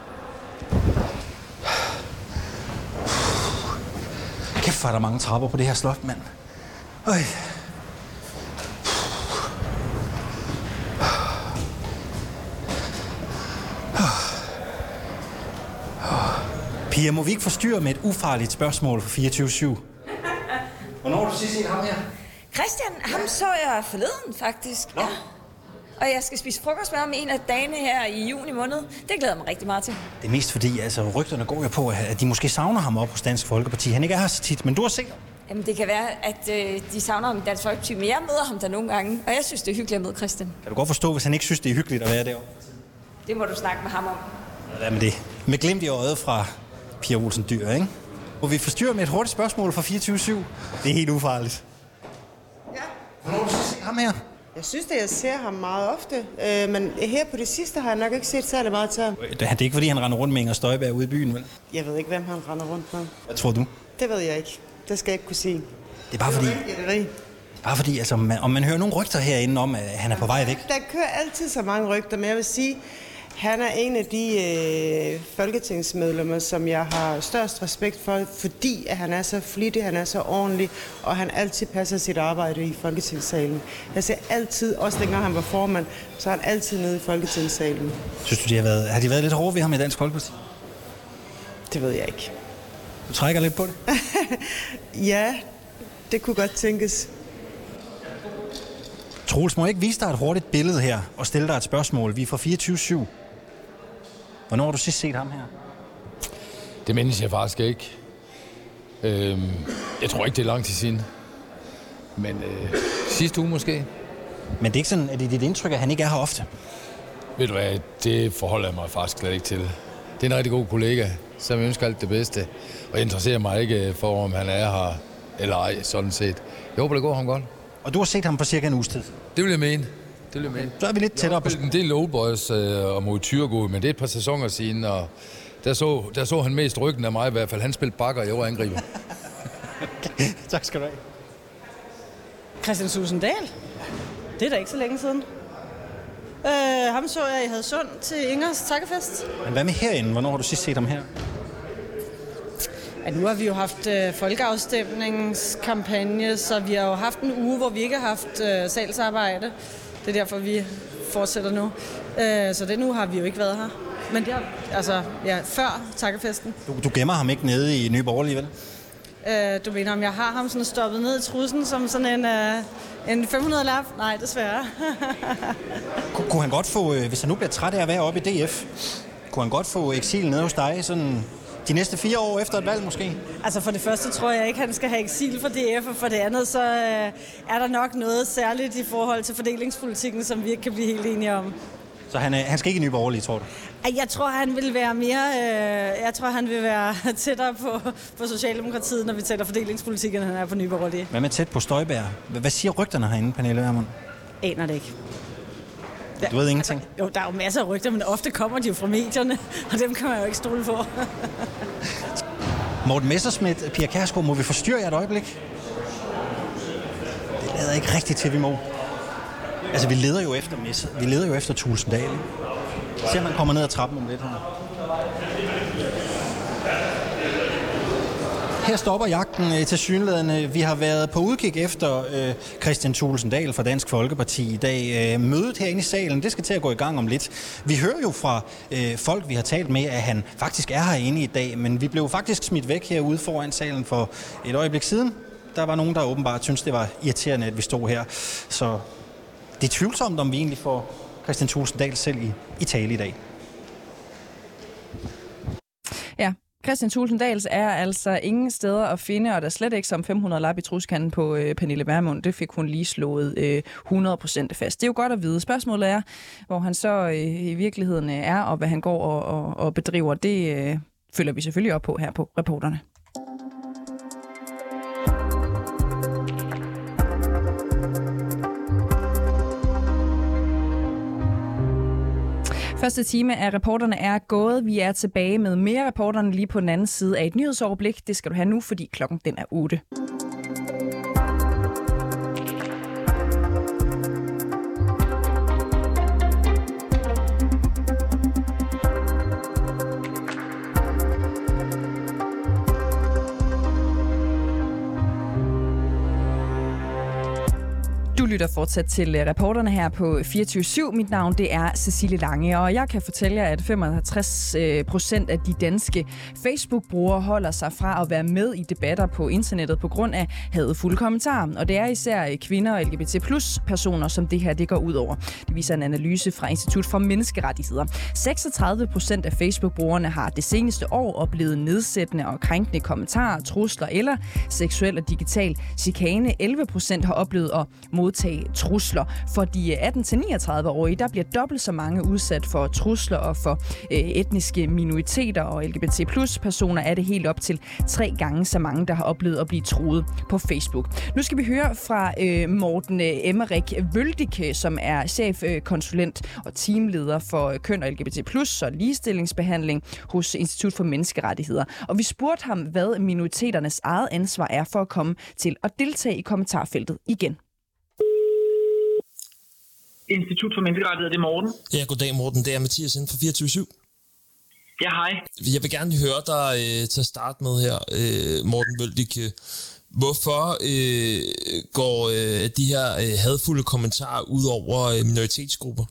Kæft, hvor er der mange trapper på det her slot, mand. Øj. Pia, må vi ikke forstyrre med et ufarligt spørgsmål for fireogtyve syv? Hvornår har du sidst set ham her? Christian, ham så jeg forleden, faktisk. Nå. Ja. Og jeg skal spise frokost med ham en af dagene her i juni måned. Det glæder jeg mig rigtig meget til. Det er mest fordi, altså rygterne går jo på, at de måske savner ham op hos Dansk Folkeparti. Han ikke er her så tit, men du har set ham. Jamen, det kan være, at øh, de savner ham i Dansk Folkeparti, men jeg møder ham der nogle gange, og jeg synes, det er hyggeligt at møde Christian. Kan du godt forstå, hvis han ikke synes, det er hyggeligt at være derovre? Det må du snakke med ham om. Hvad med det? Med glimt i øjet fra Pia Olsen Dyhr, ikke? Og vi forstyrrer med et hurtigt spørgsmål fra fireogtyve syv. Det er helt ufarligt. Ja. Hvornår har du set ham her? Jeg synes, at jeg ser ham meget ofte, øh, men her på det sidste har jeg nok ikke set særlig meget til ham. Det er ikke, fordi han render rundt med Inger Støjberg ude i byen, vel? Jeg ved ikke, hvem han render rundt med. Hvad tror du? Det ved jeg ikke. Det skal jeg ikke kunne sige. Det er bare fordi... Det er bare fordi, altså, man, om man hører nogle rygter herinde om, at han er på vej væk. Der kører altid så mange rygter, men jeg vil sige, han er en af de øh, folketingsmedlemmer, som jeg har størst respekt for, fordi at han er så flittig, han er så ordentlig, og han altid passer sit arbejde i Folketingssalen. Jeg ser altid, også dengang han var formand, så er han altid nede i Folketingssalen. Synes du, de har været, har de været lidt hårde ved ham i Dansk Folkeparti? Det ved jeg ikke. Du trækker lidt på det? Ja, det kunne godt tænkes. Troels, må jeg ikke vise dig et hurtigt billede her og stille dig et spørgsmål? Vi er fra fireogtyve syv. Hvornår har du sidst set ham her? Det mindes jeg faktisk ikke. Øhm, jeg tror ikke, det er lang tid siden. Men øh, sidste uge måske. Men det er ikke sådan, at det er dit indtryk, at han ikke er her ofte? Ved du hvad, det forholder jeg mig faktisk slet ikke til. Det er en rigtig god kollega, som ønsker alt det bedste. Og jeg interesserer mig ikke for, om han er her eller ej, sådan set. Jeg håber, det går ham godt. Og du har set ham på cirka en uges tid? Det vil jeg mene. Det vil jeg mene. Så er vi lidt tættere på. En del Old Boys øh, og mod Thyregod, men det er et par sæsoner siden, og der så, der så han mest ryggen af mig i hvert fald. Han spillede bakker, og jeg var angriber. Okay. Tak skal du have. Christian Thulesen Dahl? Det er da ikke så længe siden. Øh, ham så jeg i Hadsund til Ingers takkefest. Men hvad med herinde? Hvornår har du sidst set ham her? Ja, nu har vi jo haft øh, folkeafstemningskampagne, så vi har jo haft en uge, hvor vi ikke har haft øh, salgsarbejde. Det er derfor, vi fortsætter nu. Øh, så den uge har vi jo ikke været her. Men det er altså ja, før takkefesten. Du, du gemmer ham ikke nede i Nye Borgerlige, vel? Øh, du mener, om jeg har ham sådan stoppet ned i trussen som sådan en, øh, en fem hundrede lap? Nej, desværre. Kun, kunne han godt få, øh, hvis han nu bliver træt af at være oppe i D F, kunne han godt få eksil nede hos dig sådan... De næste fire år efter et valg måske? Altså for det første tror jeg ikke, han skal have eksil for D F, og for det andet så øh, er der nok noget særligt i forhold til fordelingspolitikken, som vi ikke kan blive helt enige om. Så han, øh, han skal ikke i Nye Borgerlige, tror du? Jeg tror, han vil være mere, øh, jeg tror, han vil være tættere på, på Socialdemokratiet, når vi taler fordelingspolitik, end han er på Nye Borgerlige. Hvad med tæt på Støjberg? Hvad siger rygterne herinde, Pernille Vermund? Aner det ikke. Du ved ingenting? Altså, jo, der er jo masser af rygter, men ofte kommer de jo fra medierne, og dem kan man jo ikke stole på. Morten Messerschmidt, Pia Kjærsgaard, må vi forstyrre jer et øjeblik? Det lader ikke rigtigt til, vi må. Altså, vi leder jo efter Messer. Vi leder jo efter Thulesen Dahl. Se, om man kommer ned ad trappen om lidt her. Her stopper jagten til synlædende. Vi har været på udkig efter øh, Christian Thulesen Dahl fra Dansk Folkeparti i dag. Øh, mødet herinde i salen, det skal til at gå i gang om lidt. Vi hører jo fra øh, folk, vi har talt med, at han faktisk er herinde i dag, men vi blev faktisk smidt væk herude foran salen for et øjeblik siden. Der var nogen, der åbenbart syntes, det var irriterende, at vi stod her. Så det er tvivlsomt, om vi egentlig får Christian Thulesen Dahl selv i, i tale i dag. Ja. Christian Thulesen Dahls er altså ingen steder at finde, og der er slet ikke som fem hundrede lap i truskanden på øh, Pernille Vermund. Det fik hun lige slået øh, hundrede procent fast. Det er jo godt at vide. Spørgsmålet er, hvor han så øh, i virkeligheden er, og hvad han går og, og, og bedriver. Det øh, følger vi selvfølgelig op på her på Reporterne. Første time af Reporterne er gået. Vi er tilbage med mere Reporterne lige på den anden side af et nyhedsoverblik. Det skal du have nu, fordi klokken den er otte. Du lytter fortsat til reporterne her på fireogtyve syv. Mit navn det er Cecilie Lange, og jeg kan fortælle jer, at femoghalvtreds procent af de danske Facebook-brugere holder sig fra at være med i debatter på internettet på grund af hadefulde kommentarer. Og det er især kvinder og L G B T plus personer, som det her det går ud over. Det viser en analyse fra Institut for Menneskerettigheder. seksogtredive procent af Facebook-brugerne har det seneste år oplevet nedsættende og krænkende kommentarer, trusler eller seksuel og digital chikane. elleve procent har oplevet at modtage trusler. For de atten til niogtredive-årige, der bliver dobbelt så mange udsat for trusler, og for øh, etniske minoriteter og L G B T plus personer er det helt op til tre gange så mange, der har oplevet at blive truet på Facebook. Nu skal vi høre fra øh, Morten Emmerik Vøldik, som er chefkonsulent og teamleder for køn og L G B T plus og ligestillingsbehandling hos Institut for Menneskerettigheder. Og vi spurgte ham, hvad minoriteternes eget ansvar er for at komme til at deltage i kommentarfeltet igen. Institut for Menneskerettigheder, det er Morten. Ja, goddag Morten. Det er Mathias inden for fireogtyve syv. Ja, hej. Jeg vil gerne høre dig øh, til at starte med her, øh, Morten Vøldik. Hvorfor øh, går øh, de her øh, hadfulde kommentarer ud over øh, minoritetsgrupper?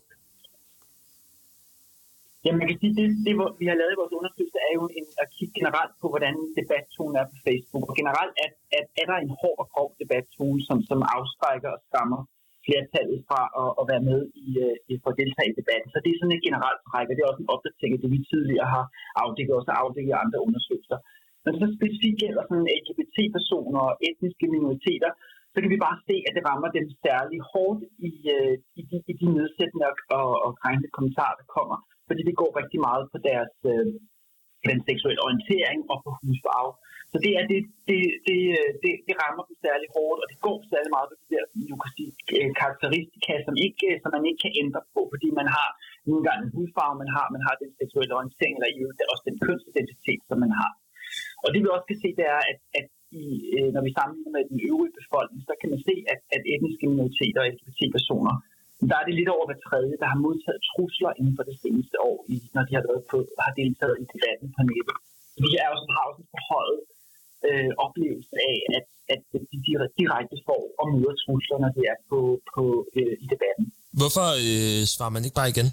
Ja, man kan sige, det, det vi har lavet i vores undersøgelse, er jo en, at kigge generelt på, hvordan debattonen er på Facebook. Og generelt er, at, er der en hård og grov debattone, som, som afskrækker og skræmmer flertallet fra at, at være med i, i for at deltage i debatten. Så det er sådan et generelt træk, og det er også en opdatering af det, vi tidligere har afdækket, også afdækket i andre undersøgelser. Men så specifikt gælder sådan L G B T-personer og etniske minoriteter, så kan vi bare se, at det rammer dem særlig hårdt i, i, de, i de nedsættende og, og krænkende kommentarer, der kommer. Fordi det går rigtig meget på deres øh, den seksuelle orientering og på hudfarve. Så det, er det, det, det, det, det rammer dem særlig hårdt, og det går særlig meget på de der du kan sige, karakteristika, som, ikke, som man ikke kan ændre på, fordi man har nogle gange en hudfarve, man har, man har den seksuelle orientering, eller i også den kønsidentitet, som man har. Og det vi også kan se, det er, at, at i, når vi sammenligner med den øvrige befolkning, så kan man se, at, at etniske minoriteter og L G B T-personer, der er det lidt over hver tredje, der har modtaget trusler inden for det seneste år, i, når de har, været på, har deltaget i debatten på nettet. Vi er jo sådan, har også en forhøjet øh, oplevelse af, at, at de direkte får og møder trusler, når de er på, på, øh, i debatten. Hvorfor øh, svarer man ikke bare igen?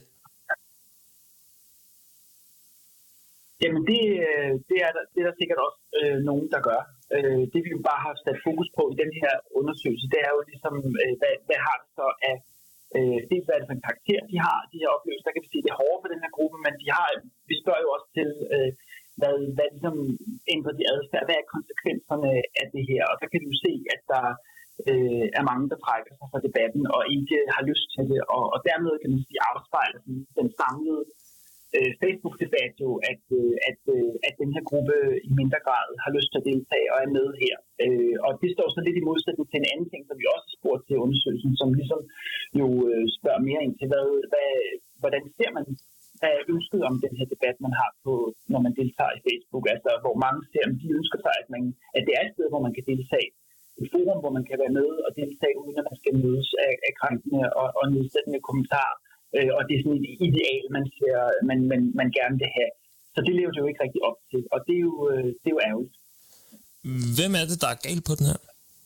Jamen det, det, er der, det er der sikkert også øh, nogen, der gør. Øh, det vi jo bare har sat fokus på i den her undersøgelse, det er jo ligesom, øh, hvad, hvad har det så af Øh, dels hvad er det for en karakter, de har, de her oplevelser. Der kan vi sige, det er hårdere for den her gruppe, men de har, vi spørger jo også til, øh, hvad, hvad ligesom ændrer de adfærd, hvad er konsekvenserne af det her, og så kan vi jo se, at der øh, er mange, der trækker sig fra debatten og ikke har lyst til det, og, og dermed kan man sige afspejler den samlede øh, Facebook-debat jo, at, øh, at, øh, at den her gruppe i mindre grad har lyst til at deltage og er med her. Øh, og det står så lidt i modsætning til en anden ting, som vi også har spurgt til undersøgelsen, som ligesom jo øh, spørger mere ind til, hvad, hvad, hvordan ser man, hvad er ønsket om den her debat, man har, på, når man deltager i Facebook. Altså, hvor mange ser, om de ønsker sig, at, man, at det er et sted, hvor man kan deltage. Et forum, hvor man kan være med og deltage, uden at man skal mødes af, af krænkende og, og nedsættende kommentarer. Øh, og det er sådan et ideal, man, ser, man, man, man gerne vil have. Så det lever det jo ikke rigtig op til, og det er jo, øh, det er jo ærgerligt. Hvem er det, der er galt på den her?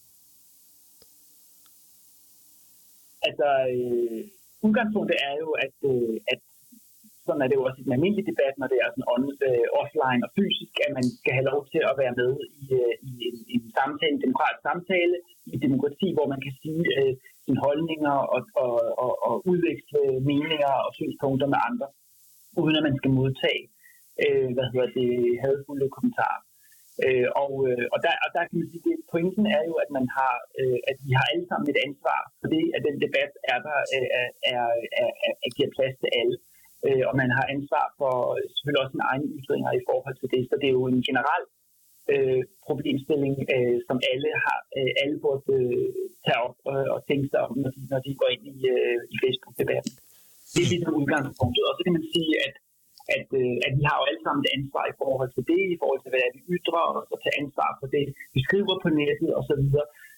Altså, øh, udgangspunktet er jo, at, øh, at sådan er det jo også i den almindelige debat, når det er sådan on, øh, offline og fysisk, at man skal have lov til at være med i, øh, i en, en samtale, en demokratisk samtale, i et demokrati, hvor man kan sige øh, sine holdninger og, og, og, og udveksle meninger og synspunkter med andre, uden at man skal modtage øh, hvad hedder det, hadfulde kommentarer. Øh, og, øh, og, der, og der kan man sige, at pointen er jo, at man har, øh, at vi har alle sammen et ansvar for det, at den debat er der, øh, er, er, er, er, giver plads til alle. Øh, og man har ansvar for selvfølgelig også sine egne ytringer i forhold til det. Så det er jo en generel øh, problemstilling, øh, som alle har, øh, alle burde øh, tage op øh, og tænke sig om, når de, når de går ind i, øh, i Facebook-debatten. Det er ligesom udgangspunktet. Og så kan man sige, at At, øh, at vi har jo alle sammen et ansvar i forhold til det, i forhold til, hvad vi ytrer, og så tage ansvar for det, vi skriver på nettet osv.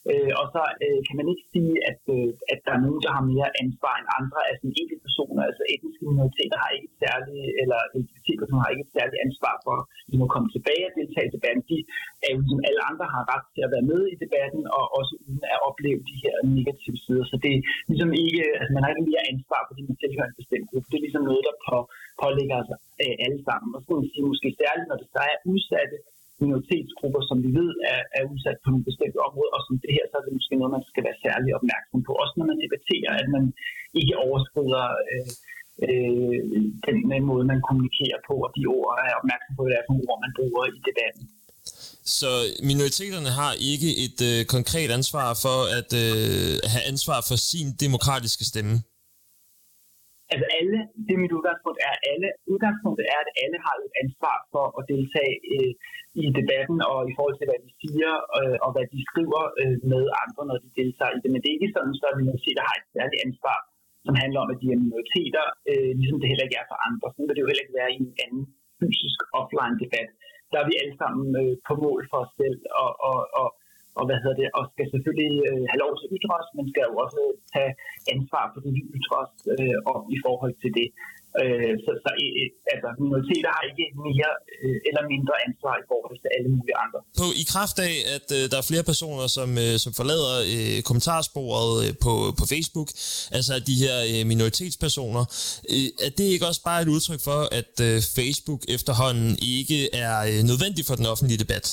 Øh, og så øh, kan man ikke sige, at, øh, at der er nogen, der har mere ansvar end andre. Altså en enkelt personer, altså etniske minoriteter har ikke et særligt, eller L G B T-personer har ikke et særligt ansvar for at må komme tilbage og deltage i debatten. De er jo ligesom alle andre har ret til at være med i debatten, og også uden at opleve de her negative sider. Så det er ligesom ikke, altså man har ikke mere ansvar, fordi man tilhører en bestemt gruppe. Det er ligesom noget, der på, pålægger sig øh, alle sammen. Og så kan man sige, måske særligt, når det så er udsatte minoritetsgrupper, som vi ved er, er udsat på nogle bestemte områder, og som det her, så er det måske noget, man skal være særlig opmærksom på. Også når man debatterer, at man ikke overskrider øh, øh, den måde, man kommunikerer på, og de ord er opmærksom på, hvad det er for nogle ord, man bruger i debatten. Så minoriteterne har ikke et øh, konkret ansvar for at øh, have ansvar for sin demokratiske stemme? Altså alle, det mit udgangspunkt er, alle, udgangspunktet er, at alle har et ansvar for at deltage øh, i debatten, og i forhold til, hvad de siger, øh, og hvad de skriver øh, med andre, når de deltager i det. Men det er ikke sådan, at minoriteter har et særligt ansvar, som handler om, at de er minoriteter, øh, ligesom det heller ikke er for andre. Sådan vil det jo heller ikke være i en anden fysisk offline-debat. Der er vi alle sammen øh, på mål for os selv, og, og, og og hvad hedder det, og skal selvfølgelig øh, have lov til at ytre os, men skal jo også tage ansvar for det, vi ytrer os øh, om i forhold til det. Øh, så så øh, altså, minoriteter har ikke mere øh, eller mindre ansvar i forhold til alle mulige andre. På, I kraft af, at øh, der er flere personer, som, øh, som forlader øh, kommentarsporet øh, på, på Facebook, altså de her øh, minoritetspersoner, øh, er det ikke også bare et udtryk for, at øh, Facebook efterhånden ikke er øh, nødvendig for den offentlige debat?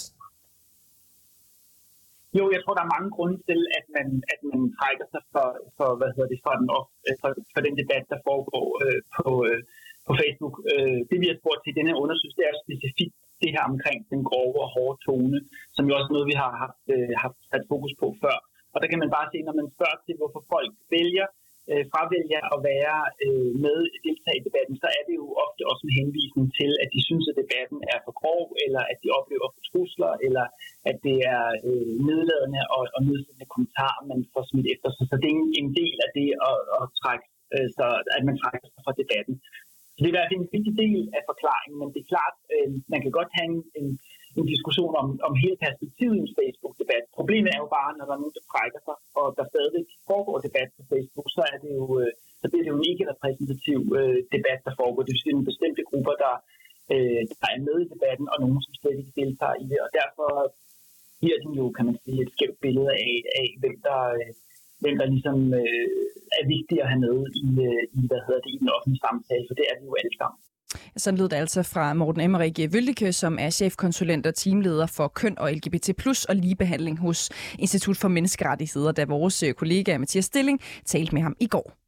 Jo, jeg tror, der er mange grunde til, at man, at man trækker sig for, for, hvad hedder det, for, den, for, for den debat, der foregår øh, på, øh, på Facebook. Øh, det vi har spurgt til i denne undersøgelse, det er specifikt det her omkring den grove og hårde tone, som jo også er noget, vi har haft, øh, haft sat fokus på før. Og der kan man bare se, når man spørger til, hvorfor folk vælger, øh, fravælger at være øh, med i deltage i debatten, så er det jo ofte også en henvisning til, at de synes, at debatten er for grov, eller at de oplever for trusler, eller at det er øh, nedladende og, og nedsættende kommentarer, man får smidt efter sig. Så det er en, en del af det at, at trække, øh, så at man trækker sig fra debatten. Så det er i hvert fald en vigtig del af forklaringen, men det er klart, øh, man kan godt have en, en, en diskussion om, om hele perspektivet i en Facebook-debat. Problemet er jo bare, når der er nogen, der trækker sig, og der stadig foregår debat på Facebook, så er det jo, øh, så bliver det jo en ikke-repræsentativ øh, debat, der foregår. Det er nogle bestemte grupper, der, øh, der er med i debatten, og nogen, som slet ikke deltager i det, og derfor giver den jo, kan man sige, et skævt billede af, af hvem der... Øh, hvem der ligesom øh, er vigtigt at have med i, øh, i, hvad hedder det, i den offentlige samtale, for det er det jo alle sammen. Sådan lød det altså fra Morten Emmerik Wøldike, som er chefkonsulent og teamleder for køn og L G B T plus og ligebehandling hos Institut for Menneskerettigheder, da vores kollega Mathias Stilling talte med ham i går.